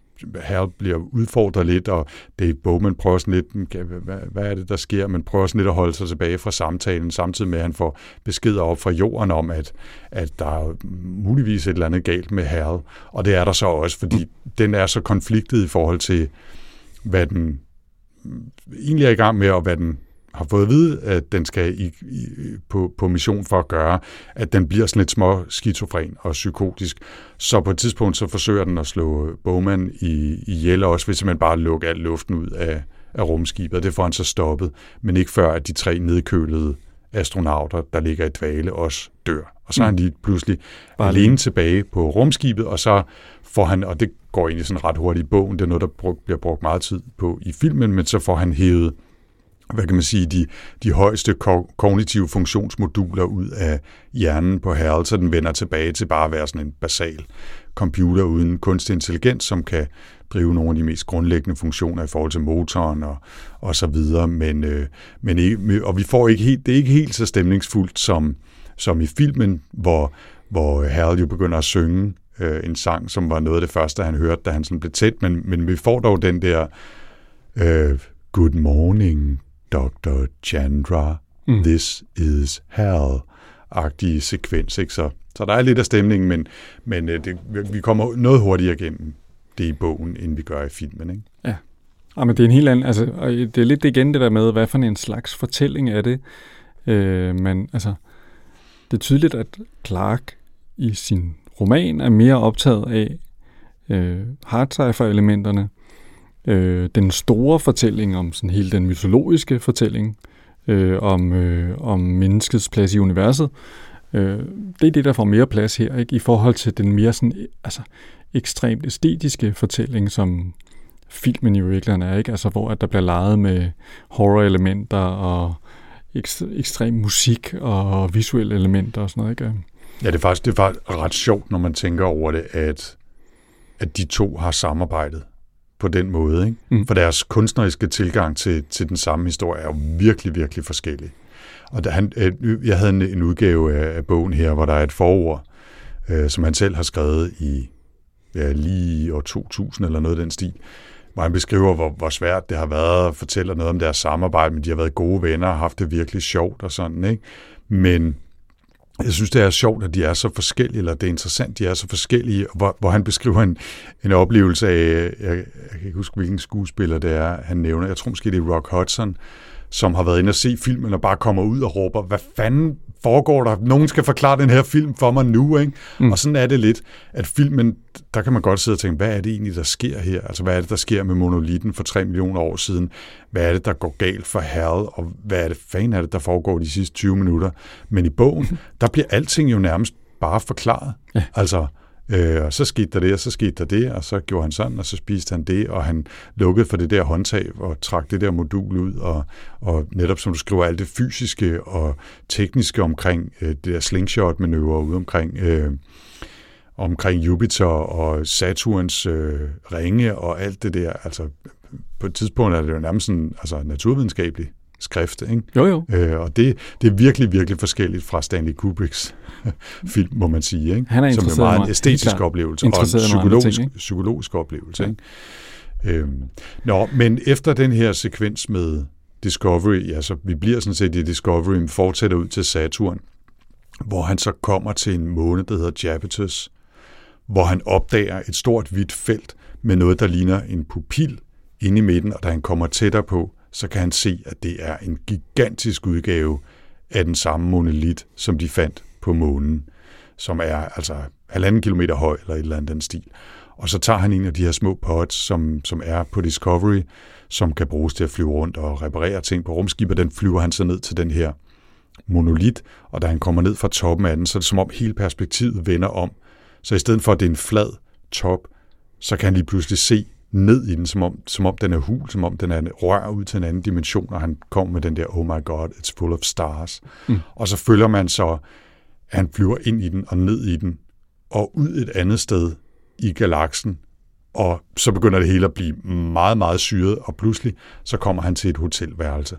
Hal bliver udfordret lidt, og Dave Bowman prøver sådan lidt, hvad, hvad er det, der sker? Man prøver sådan lidt at holde sig tilbage fra samtalen, samtidig med, at han får beskeder op fra jorden om, at, at der er muligvis et eller andet galt med Hal. Og det er der så også, fordi mm. den er så konfliktet i forhold til, hvad den egentlig er i gang med, og hvad den har fået at vide, at den skal i, i, på, på mission for at gøre, at den bliver sådan lidt små skizofren og psykotisk. Så på et tidspunkt, så forsøger den at slå Bowman i, ihjel også, hvis man bare lukker al luften ud af, af rumskibet. Det får han så stoppet, men ikke før, at de tre nedkølede astronauter, der ligger i dvale, også dør. Og så er han lige pludselig bare alene tilbage på rumskibet, og så får han, og det går egentlig sådan ret hurtigt i bogen, det er noget, der brug, bliver brugt meget tid på i filmen, men så får han hævet, hvad kan man sige, de, de højeste ko- kognitive funktionsmoduler ud af hjernen på Hal, så den vender tilbage til bare at være sådan en basal computer uden kunstig intelligens, som kan drive nogle af de mest grundlæggende funktioner i forhold til motoren og, og så videre, men, øh, men ikke, og vi får ikke helt, det er ikke helt så stemningsfuldt som, som i filmen, hvor, hvor Hal jo begynder at synge øh, en sang, som var noget af det første, han hørte, da han sådan blev tæt, men, men vi får dog den der øh, good morning, doktor Chandra, mm. this is Hal-agtige sekvens, ikke? Så, så der er lidt af stemningen, men, men det, vi kommer noget hurtigere igennem det i bogen, end vi gør i filmen, ikke? Ja, ja men det er en helt anden, altså, og det er lidt igen det der med, hvad for en slags fortælling er det, øh, men altså, det er tydeligt, at Clarke i sin roman er mere optaget af øh, hard sci-fi-elementerne, øh, den store fortælling om sådan hele den mytologiske fortælling øh, om, øh, om menneskets plads i universet. Øh, det er det, der får mere plads her, ikke? I forhold til den mere sådan, altså, ekstremt æstetiske fortælling, som filmen i virkeligheden er, ikke? Altså, hvor at der bliver leget med horror-elementer og ek- ekstrem musik og visuelle elementer og sådan noget, ikke? Ja, det er faktisk, det er faktisk ret sjovt, når man tænker over det, at, at de to har samarbejdet på den måde, ikke? Mm. For deres kunstneriske tilgang til, til den samme historie er jo virkelig, virkelig forskellig. Og da han, jeg havde en, en udgave af, af bogen her, hvor der er et forord, øh, som han selv har skrevet i ja, lige i år to tusind eller noget af den stil, hvor han beskriver, hvor, hvor svært det har været at fortælle noget om deres samarbejde, men de har været gode venner og haft det virkelig sjovt og sådan, ikke? Men jeg synes, det er sjovt, at de er så forskellige, eller det er interessant, de er så forskellige, hvor, hvor han beskriver en, en oplevelse af, jeg, jeg kan ikke huske, hvilken skuespiller det er, han nævner, jeg tror måske det er Rock Hudson, som har været inde og se filmen og bare kommer ud og råber, hvad fanden foregår der? Nogen skal forklare den her film for mig nu, ikke? Mm. Og sådan er det lidt, at filmen, der kan man godt sidde og tænke, hvad er det egentlig, der sker her? Altså, hvad er det, der sker med monolitten for tre millioner år siden? Hvad er det, der går galt for Hal? Og hvad er det, fanden er det, der foregår de sidste tyve minutter? Men i bogen, der bliver alting jo nærmest bare forklaret. Ja. Altså, Øh, og så skete der det, og så skete der det, og så gjorde han sådan, og så spiste han det, og han lukkede for det der håndtag og trak det der modul ud, og, og netop som du skriver, alt det fysiske og tekniske omkring øh, det der slingshot-manøvre ude omkring, øh, omkring Jupiter og Saturns øh, ringe og alt det der. Altså, på et tidspunkt er det jo nærmest sådan, altså, naturvidenskabeligt skrift, ikke? Jo, jo. Øh, og det, det er virkelig, virkelig forskelligt fra Stanley Kubricks film, må man sige, ikke? Han er som er meget en æstetisk oplevelse og en psykologisk, ting, psykologisk oplevelse. Ja. Ikke? Øhm, nå, men efter den her sekvens med Discovery, altså vi bliver sådan set i Discovery, men fortsætter ud til Saturn, hvor han så kommer til en måne, der hedder Japetus, hvor han opdager et stort hvidt felt med noget, der ligner en pupil inde i midten, og da han kommer tættere på, så kan han se, at det er en gigantisk udgave af den samme monolit, som de fandt på månen, som er altså halvanden kilometer høj, eller et eller andet den stil. Og så tager han en af de her små pods, som, som er på Discovery, som kan bruges til at flyve rundt og reparere ting på rumskib, og den flyver han så ned til den her monolit, og da han kommer ned fra toppen af den, så er det som om hele perspektivet vender om. Så i stedet for, at det er en flad top, så kan han lige pludselig se ned i den, som om, som om den er hul, som om den er en rør ud til en anden dimension, og han kommer med den der, oh my god, it's full of stars. Mm. Og så følger man så, at han flyver ind i den og ned i den, og ud et andet sted i galaksen, og så begynder det hele at blive meget, meget syret, og pludselig så kommer han til et hotelværelse,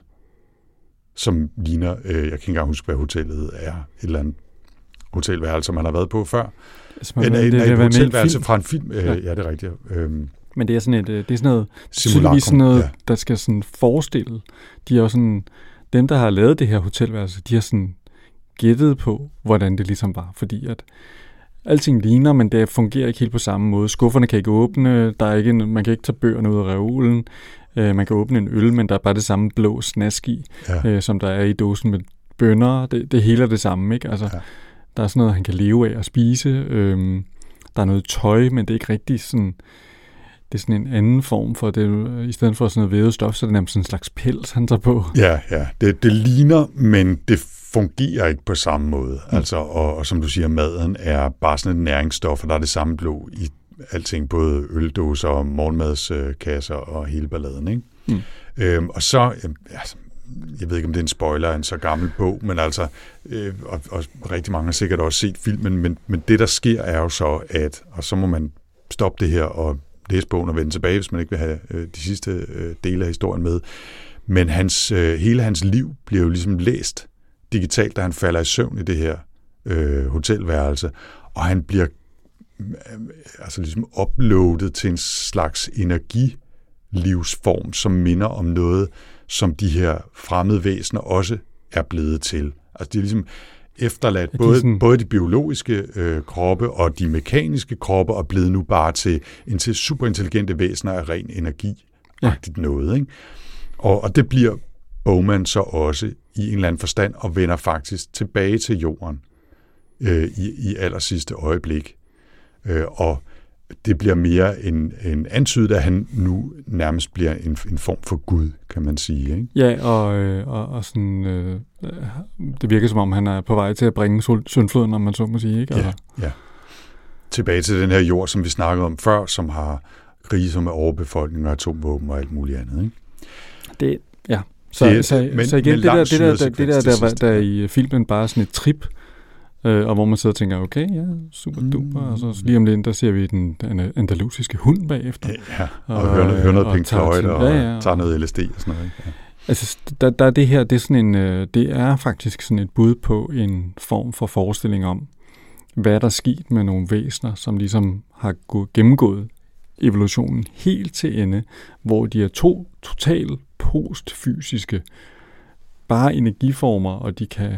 som ligner, øh, jeg kan ikke engang huske, hvad hotellet er, et eller andet hotelværelse, man har været på før. En, en, det, det, et hotelværelse fra en film, øh, ja. ja, det er rigtigt. Øhm, Men det er sådan et, det er sådan noget, tydeligvis sådan noget, ja. der skal sådan forestille. De er jo sådan, dem der har lavet det her hotelværelse, de har sådan gættet på, hvordan det ligesom var, fordi at alting ligner, men det fungerer ikke helt på samme måde. Skufferne kan ikke åbne, der er ikke en, man kan ikke tage bøgerne ud af reolen, øh, man kan åbne en øl, men der er bare det samme blå snask i, ja. øh, som der er i dåsen med bønner. Det, det hele er det samme, ikke? Altså, ja. Der er sådan noget, han kan leve af at spise. Øh, der er noget tøj, men det er ikke rigtig sådan. Det er sådan en anden form for det. I stedet for sådan noget vævet stof, så er det nærmest sådan en slags pels, han tager på. Ja, ja. Det, det ligner, men det fungerer ikke på samme måde. Mm. Altså, og, og som du siger, maden er bare sådan et næringsstof, og der er det samme blod i alting, både øldåser, morgenmadskasser og hele balladen, ikke? Mm. Øhm, og så, ja, jeg ved ikke, om det er en spoiler af en så gammel bog, men altså, øh, og, og rigtig mange har sikkert også set filmen, men, men det, der sker, er jo så, at, og så må man stoppe det her og læse bogen og vende tilbage, hvis man ikke vil have øh, de sidste øh, dele af historien med. Men hans, øh, hele hans liv bliver jo ligesom læst digitalt, da han falder i søvn i det her øh, hotelværelse, og han bliver øh, altså ligesom uploadet til en slags energilivsform, som minder om noget, som de her fremmede væsener også er blevet til. Altså det er ligesom efterladt, både, sådan... både de biologiske øh, kroppe og de mekaniske kroppe er blevet nu bare til, til superintelligente væsener af ren energi-agtigt ja. noget. Ikke? Og, og det bliver Bowman så også i en eller anden forstand og vender faktisk tilbage til jorden øh, i, i allersidste øjeblik. Øh, og det bliver mere en, en antydet, at han nu nærmest bliver en, en form for Gud, kan man sige. Ikke? Ja, og, og, og sådan, øh, det virker som om, han er på vej til at bringe syndfloden, om man så må sige. Ikke? Ja, ja. Tilbage til den her jord, som vi snakkede om før, som har kriser med overbefolkning og atomvåben og alt muligt andet. Ikke? Det, ja. Så, det, så, men, så igen, det der, det der, der, det der, der, der, der i filmen bare sådan et trip, Øh, og hvor man sidder og tænker, okay, ja, super duper, mm. og så lige om lidt, der ser vi den, den andalusiske hund bagefter. Ja, og, og hører, hører noget Pink Floyd, og, og ja, ja. tager noget L S D og sådan noget. Ja. Altså, der, der er det her, det er, sådan en, det er faktisk sådan et bud på en form for forestilling om, hvad der er sket med nogle væsener, som ligesom har gennemgået evolutionen helt til ende, hvor de er to totalt postfysiske, bare energiformer, og de kan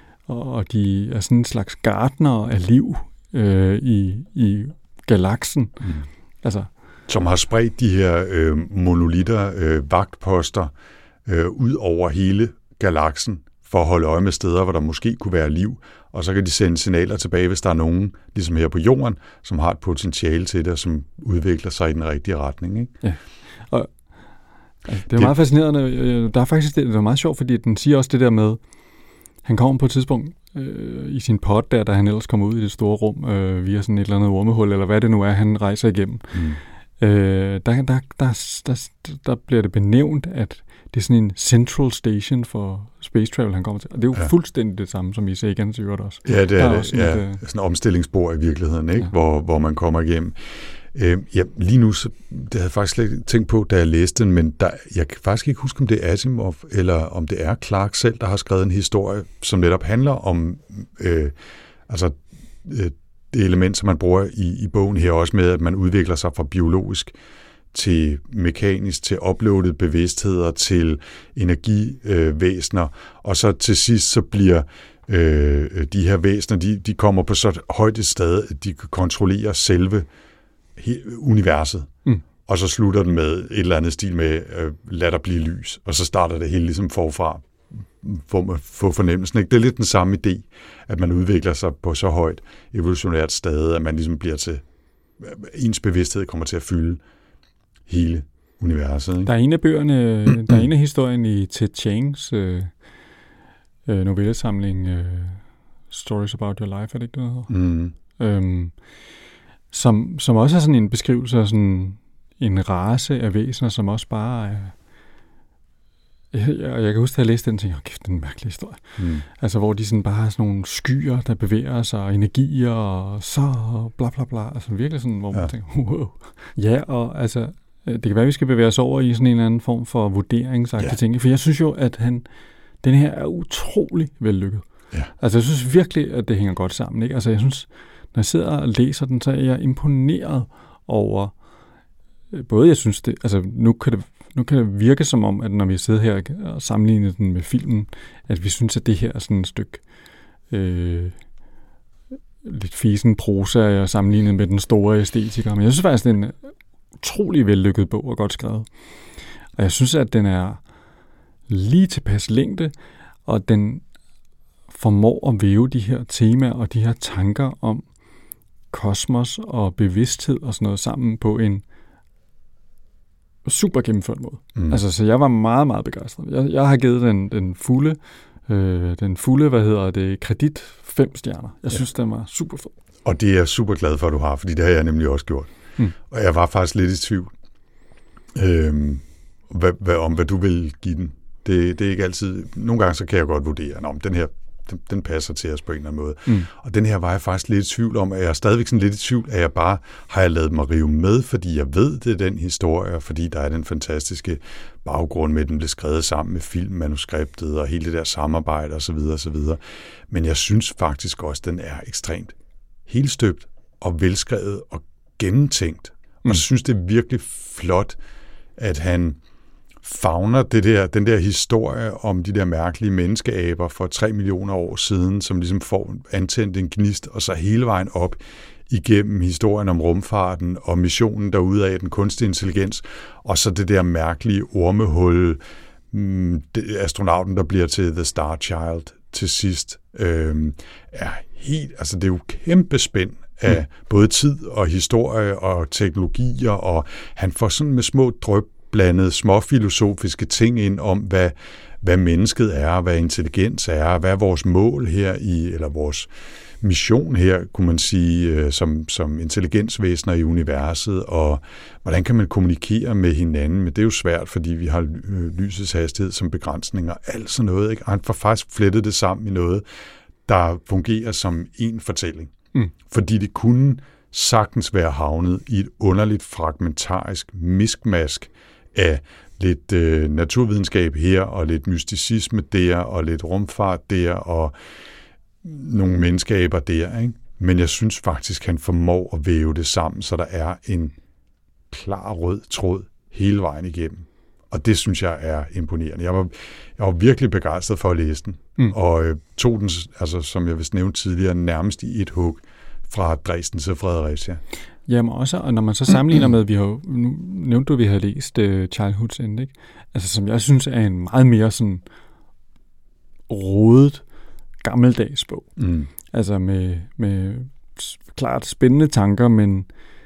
og de er sådan en slags gartner af liv øh, i, i galaksen. Mm. Altså, som har spredt de her øh, monolitter, øh, vagtposter, øh, ud over hele galaksen, for at holde øje med steder, hvor der måske kunne være liv, og så kan de sende signaler tilbage, hvis der er nogen, ligesom her på jorden, som har et potentiale til det, som udvikler sig i den rigtige retning. Ikke? Ja, og altså, det er det, meget fascinerende. Der er faktisk det, det er meget sjovt, fordi den siger også det der med, han kommer på et tidspunkt øh, i sin pod der, da han ellers kommer ud i det store rum øh, via sådan et eller andet ormehul, eller hvad det nu er, han rejser igennem. Mm. Øh, der, der, der, der, der bliver det benævnt, at det er sådan en central station for space travel, han kommer til. Og det er jo ja. fuldstændig det samme, som i Sagan's øvrigt også. Ja, det er, er det. Ja, et, sådan et omstillingsspor i virkeligheden, ikke? Ja. Hvor, hvor man kommer igennem. Øh, ja, lige nu, så, det havde jeg faktisk slet ikke tænkt på, da jeg læste den, men der, jeg kan faktisk ikke huske, om det er Asimov, eller om det er Clarke selv, der har skrevet en historie, som netop handler om øh, altså, øh, det element, som man bruger i, i bogen her, også med, at man udvikler sig fra biologisk til mekanisk, til uploadet bevidstheder, til energivæsener, øh, og så til sidst så bliver øh, de her væsener, de, de kommer på så højt et sted, at de kan kontrollere selve universet. Mm. Og så slutter den med et eller andet stil med, øh, lad der blive lys, og så starter det hele ligesom forfra, hvor man får fornemmelsen. Ikke? Det er lidt den samme idé, at man udvikler sig på så højt evolutionært stade, at man ligesom bliver til, ens bevidsthed kommer til at fylde hele universet. Ikke? Der er en af bøgerne, der er en af historien i Ted Chiangs øh, øh, novellesamling øh, Stories About Your Life, er det ikke noget? Mm. Øhm, som, som også er sådan en beskrivelse af sådan en race af væsener, som også bare er... Jeg, jeg, jeg kan huske, at jeg læste den, og tænkte, oh, kæft, det er en mærkelig historie. Mm. Altså, hvor de sådan bare har sådan nogle skyer, der bevæger sig, og energier, og så, og bla bla bla. Altså virkelig sådan, hvor man ja. tænker, wow. Ja, og altså, det kan være, at vi skal bevæge os over i sådan en eller anden form for vurderingsagtige ja. ting. For jeg synes jo, at han, den her er utrolig vellykket. Ja. Altså, jeg synes virkelig, at det hænger godt sammen. Ikke? Altså, jeg synes, når jeg sidder og læser den, så er jeg imponeret over, både jeg synes det, altså nu kan det, nu kan det virke som om, at når vi sidder her og sammenligner den med filmen, at vi synes, at det her er sådan et stykke øh, lidt fisen prosa sammenlignet med den store æstetiker. Men jeg synes faktisk, det er en utrolig vellykket bog og godt skrevet. Og jeg synes, at den er lige tilpas længde, og den formår at væve de her temaer og de her tanker om kosmos og bevidsthed og sådan noget sammen på en super gennemført måde. Mm. Altså, så jeg var meget, meget begejstret. Jeg, jeg har givet den, den fulde, øh, den fulde, hvad hedder det, kredit fem stjerner. Jeg synes, ja. den var super fed. Og det er jeg super glad for, at du har, fordi det har jeg nemlig også gjort. Mm. Og jeg var faktisk lidt i tvivl øh, hvad, hvad, om, hvad du vil give den. Det, det er ikke altid... Nogle gange så kan jeg godt vurdere, om den her Den, den passer til os på en eller anden måde. Mm. Og den her var jeg faktisk lidt i tvivl om, at jeg er stadigvæk sådan lidt i tvivl, at jeg bare har jeg ladet mig rive med, fordi jeg ved, det er den historie, fordi der er den fantastiske baggrund med, at den blev skrevet sammen med filmmanuskriptet og hele det der samarbejde osv. osv. Men jeg synes faktisk også, at den er ekstremt helstøbt og velskrevet og gennemtænkt. Mm. Og så synes det er virkelig flot, at han favner det der, den der historie om de der mærkelige menneskeaber for tre millioner år siden, som ligesom får antændt en gnist, og så hele vejen op igennem historien om rumfarten og missionen derude af den kunstige intelligens, og så det der mærkelige ormehul, astronauten, der bliver til The Star Child til sidst, øh, er helt, altså det er jo kæmpe spænd af mm. både tid og historie og teknologier, og han får sådan med små dryp blandet småfilosofiske ting ind om, hvad, hvad mennesket er, hvad intelligens er, hvad er vores mål her i, eller vores mission her, kunne man sige, som, som intelligensvæsener i universet, og hvordan kan man kommunikere med hinanden, men det er jo svært, fordi vi har lysets hastighed som begrænsninger, alt sådan noget, ikke? Og han får faktisk flettet det sammen i noget, der fungerer som en fortælling. Mm. Fordi det kunne sagtens være havnet i et underligt fragmentarisk miskmask af lidt øh, naturvidenskab her, og lidt mysticisme der, og lidt rumfart der, og nogle menneskeaber der, ikke? Men jeg synes faktisk, han formår at væve det sammen, så der er en klar rød tråd hele vejen igennem. Og det synes jeg er imponerende. Jeg var, jeg var virkelig begejstret for at læse den, mm. og øh, tog den, altså, som jeg vist nævnte tidligere, nærmest i et hug fra Dresden til Fredericia. Jamen også, og når man så sammenligner med, vi har nu nævnte du, at vi har læst uh, Childhood's End, ikke? Altså som jeg synes er en meget mere sådan rodet, gammeldags bog. Mm. Altså med, med klart spændende tanker, men,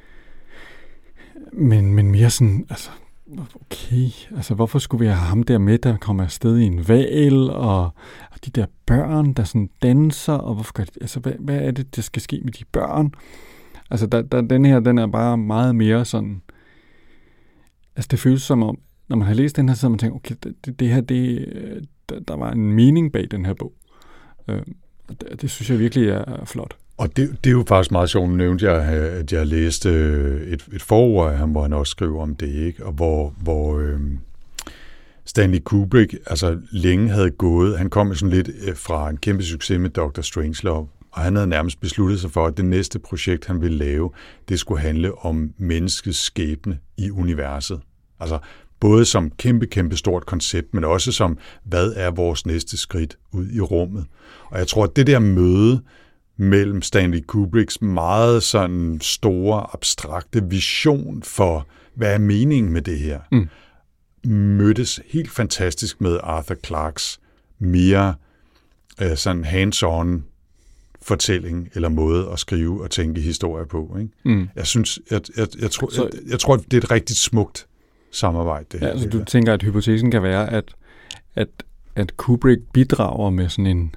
men, men mere sådan, altså okay, altså hvorfor skulle vi have ham der med, der kommer afsted i en val, og, og de der børn, der sådan danser, og hvorfor gør de, altså hvad, hvad er det, der skal ske med de børn? Altså, der, der, den her, den er bare meget mere sådan... Altså, det føles som om, når man har læst den her, så man tænker, okay, det, det her, det, der, der var en mening bag den her bog. Øh, det, det synes jeg virkelig er flot. Og det, det er jo faktisk meget sjovt, nævnte jeg, at jeg læste et, et forord af ham, hvor han også skriver om det, ikke? Og hvor, hvor øh, Stanley Kubrick altså længe havde gået, han kom sådan lidt fra en kæmpe succes med doktor Strangelove, og han havde nærmest besluttet sig for, at det næste projekt, han ville lave, det skulle handle om menneskets skæbne i universet. Altså både som kæmpe, kæmpe stort koncept, men også som, hvad er vores næste skridt ud i rummet. Og jeg tror, at det der møde mellem Stanley Kubricks meget sådan store, abstrakte vision for, hvad er meningen med det her, mm. mødtes helt fantastisk med Arthur Clarkes mere øh, sådan hands-on fortælling eller måde at skrive og tænke historier på. Ikke? Mm. Jeg synes, jeg, jeg, jeg, tror, jeg, jeg tror, det er et rigtig smukt samarbejde. Det ja, her, altså, det du der. tænker, at hypotesen kan være, at, at, at Kubrick bidrager med sådan en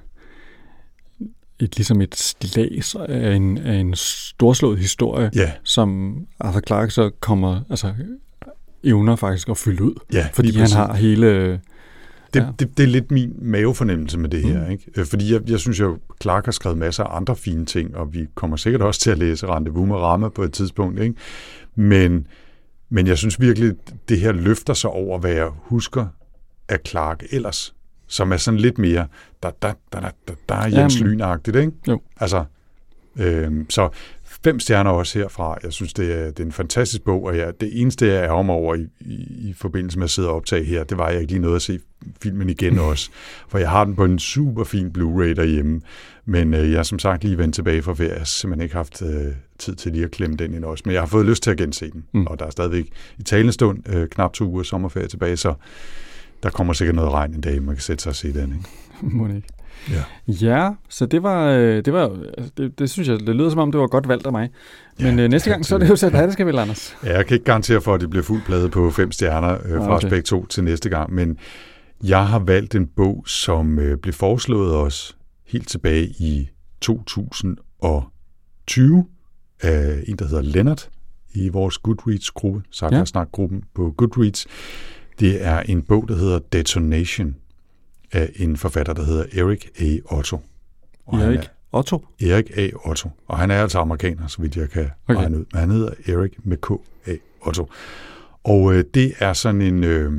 et, ligesom et stillads af en, af en storslået historie, ja. som Arthur Clarke så kommer, altså evner faktisk at fylde ud, ja, fordi han har hele... Det, ja. det, det er lidt min mavefornemmelse med det her, mm. ikke? Fordi jeg, jeg synes jo, Clarke har skrevet masser af andre fine ting, og vi kommer sikkert også til at læse Rendezvous med Rama på et tidspunkt, ikke? Men, men jeg synes virkelig, det her løfter sig over, hvad jeg husker af Clarke ellers, som er sådan lidt mere, der, der, der, der, der, der er Jens Lyn-agtigt, ikke? Jo. Altså, øhm, så fem stjerner også herfra. Jeg synes, det er, det er en fantastisk bog, og jeg, det eneste, jeg ærger mig over i, i, i forbindelse med at sidde og optage her, det var, at jeg ikke lige nåede at se filmen igen også. For jeg har den på en super fin Blu-ray derhjemme, men øh, jeg har som sagt lige vendt tilbage fra ferie. Jeg har simpelthen ikke haft øh, tid til lige at klemme den ind også, men jeg har fået lyst til at gense den, mm. og der er stadigvæk i talende stund øh, knap to uger sommerferie tilbage, så der kommer sikkert noget regn en dag, man kan sætte sig og se den, ikke? Må det ikke. Ja. ja, så det var, det var, det, det synes jeg, det lyder som om, det var godt valgt af mig. Men ja, øh, næste gang, så er det jo så, hvad det skal vel, Anders? Ja, jeg kan ikke garantere for, at det bliver fuldt plade på fem stjerner øh, fra okay. Aspekt to til næste gang, men jeg har valgt en bog, som øh, blev foreslået os helt tilbage i to tusind og tyve af en, der hedder Lennart i vores Goodreads-gruppe, Sci-Fi-Snak-gruppen på Goodreads. Det er en bog, der hedder Detonation, af en forfatter, der hedder Eric A. Otto. Og Erik er, Otto? Erik A. Otto. Og han er altså amerikaner, så vidt jeg kan okay. regne ud. Men han hedder Erik med K. A. Otto. Og øh, det er sådan en... Øh,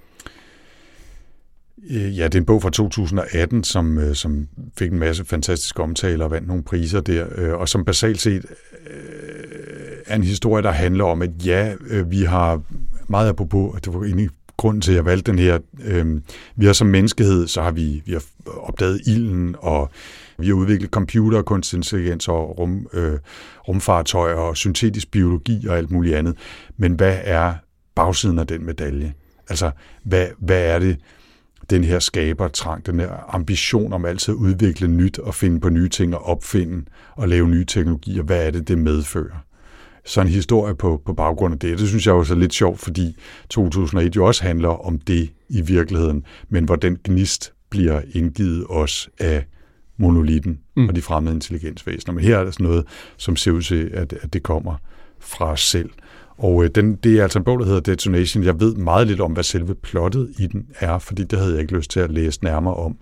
øh, ja, det er en bog fra to tusind og atten, som, øh, som fik en masse fantastiske omtaler og vandt nogle priser der. Øh, og som basalt set øh, er en historie, der handler om, at ja, øh, vi har meget apropos, at det var egentlig grunden til, at jeg valgte den her. Øh, vi har som menneskehed, så har vi, vi har opdaget ilden, og vi har udviklet computer, kunstig intelligens og rum, øh, rumfartøjer og syntetisk biologi og alt muligt andet. Men hvad er bagsiden af den medalje? Altså, hvad, hvad er det, den her skabertrang, den her ambition om altid at udvikle nyt og finde på nye ting og opfinde og lave nye teknologier? Hvad er det, det medfører? Så en historie på, på baggrund af det. Det synes jeg også er lidt sjovt, fordi to tusind og et jo også handler om det i virkeligheden, men hvor den gnist bliver indgivet os af monolitten mm. og de fremmede intelligensvæsener. Men her er der sådan noget, som ser ud til, at, at det kommer fra os selv. Og øh, den, det er altså en bog, der hedder Detonation. Jeg ved meget lidt om, hvad selve plottet i den er, fordi det havde jeg ikke lyst til at læse nærmere om.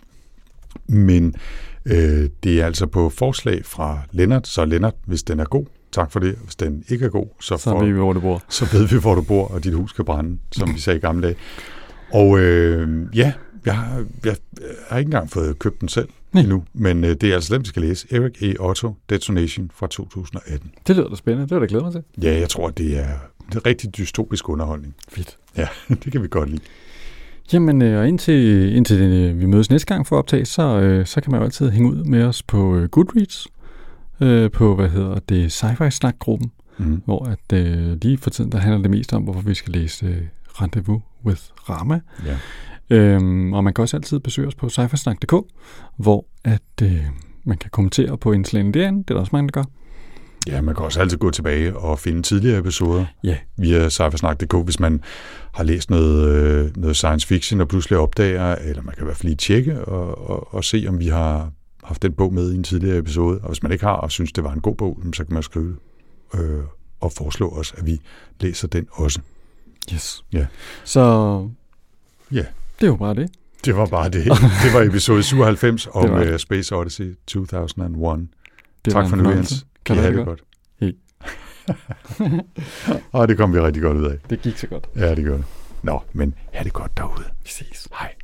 Men øh, det er altså på forslag fra Lennart, så Lennart, hvis den er god, tak for det. Hvis den ikke er god, så, så for, ved vi, hvor du bor. Så ved vi, hvor du bor, og dit hus kan brænde, som vi sagde i gamle dage. Og øh, ja, jeg har, jeg har ikke engang fået købt den selv Nej. endnu, men øh, det er altså den, vi skal læse. Eric A. Otto, Detonation fra to tusind og atten. Det lyder da spændende. Det var da glæde mig til. Ja, jeg tror, det er, det er rigtig dystopisk underholdning. Fedt. Ja, det kan vi godt lide. Jamen, og indtil, indtil det, vi mødes næste gang for at optage, så, øh, så kan man jo altid hænge ud med os på øh, Goodreads, øh, på, hvad hedder det, Sci-Fi-Snak-gruppen, mm. hvor at øh, lige for tiden, der handler det mest om, hvorfor vi skal læse øh, Rendezvous with Rama. Ja. Øhm, og man kan også altid besøge os på sci fi snak punktum d k, hvor at, øh, man kan kommentere på indslagene derinde. Det er der også mange, der gør. Ja, man kan også altid gå tilbage og finde tidligere episoder yeah. via sci fi snak punktum d k, hvis man har læst noget, øh, noget science fiction og pludselig opdager, eller man kan i hvert fald lige tjekke og, og, og se, om vi har haft den bog med i en tidligere episode. Og hvis man ikke har og synes, det var en god bog, så kan man skrive øh, og foreslå os, at vi læser den også. Yes. Ja. Så ja. Det var bare det. Det var bare det. Det var episode syvhalvfems om uh, Space Odyssey to thousand one. Det tak for nu, Jens. Kan I have det godt? Hey. Og det kom vi rigtig godt ud af. Det gik så godt. Ja, det gør det. Nå, men have det godt derude. Vi ses. Hej.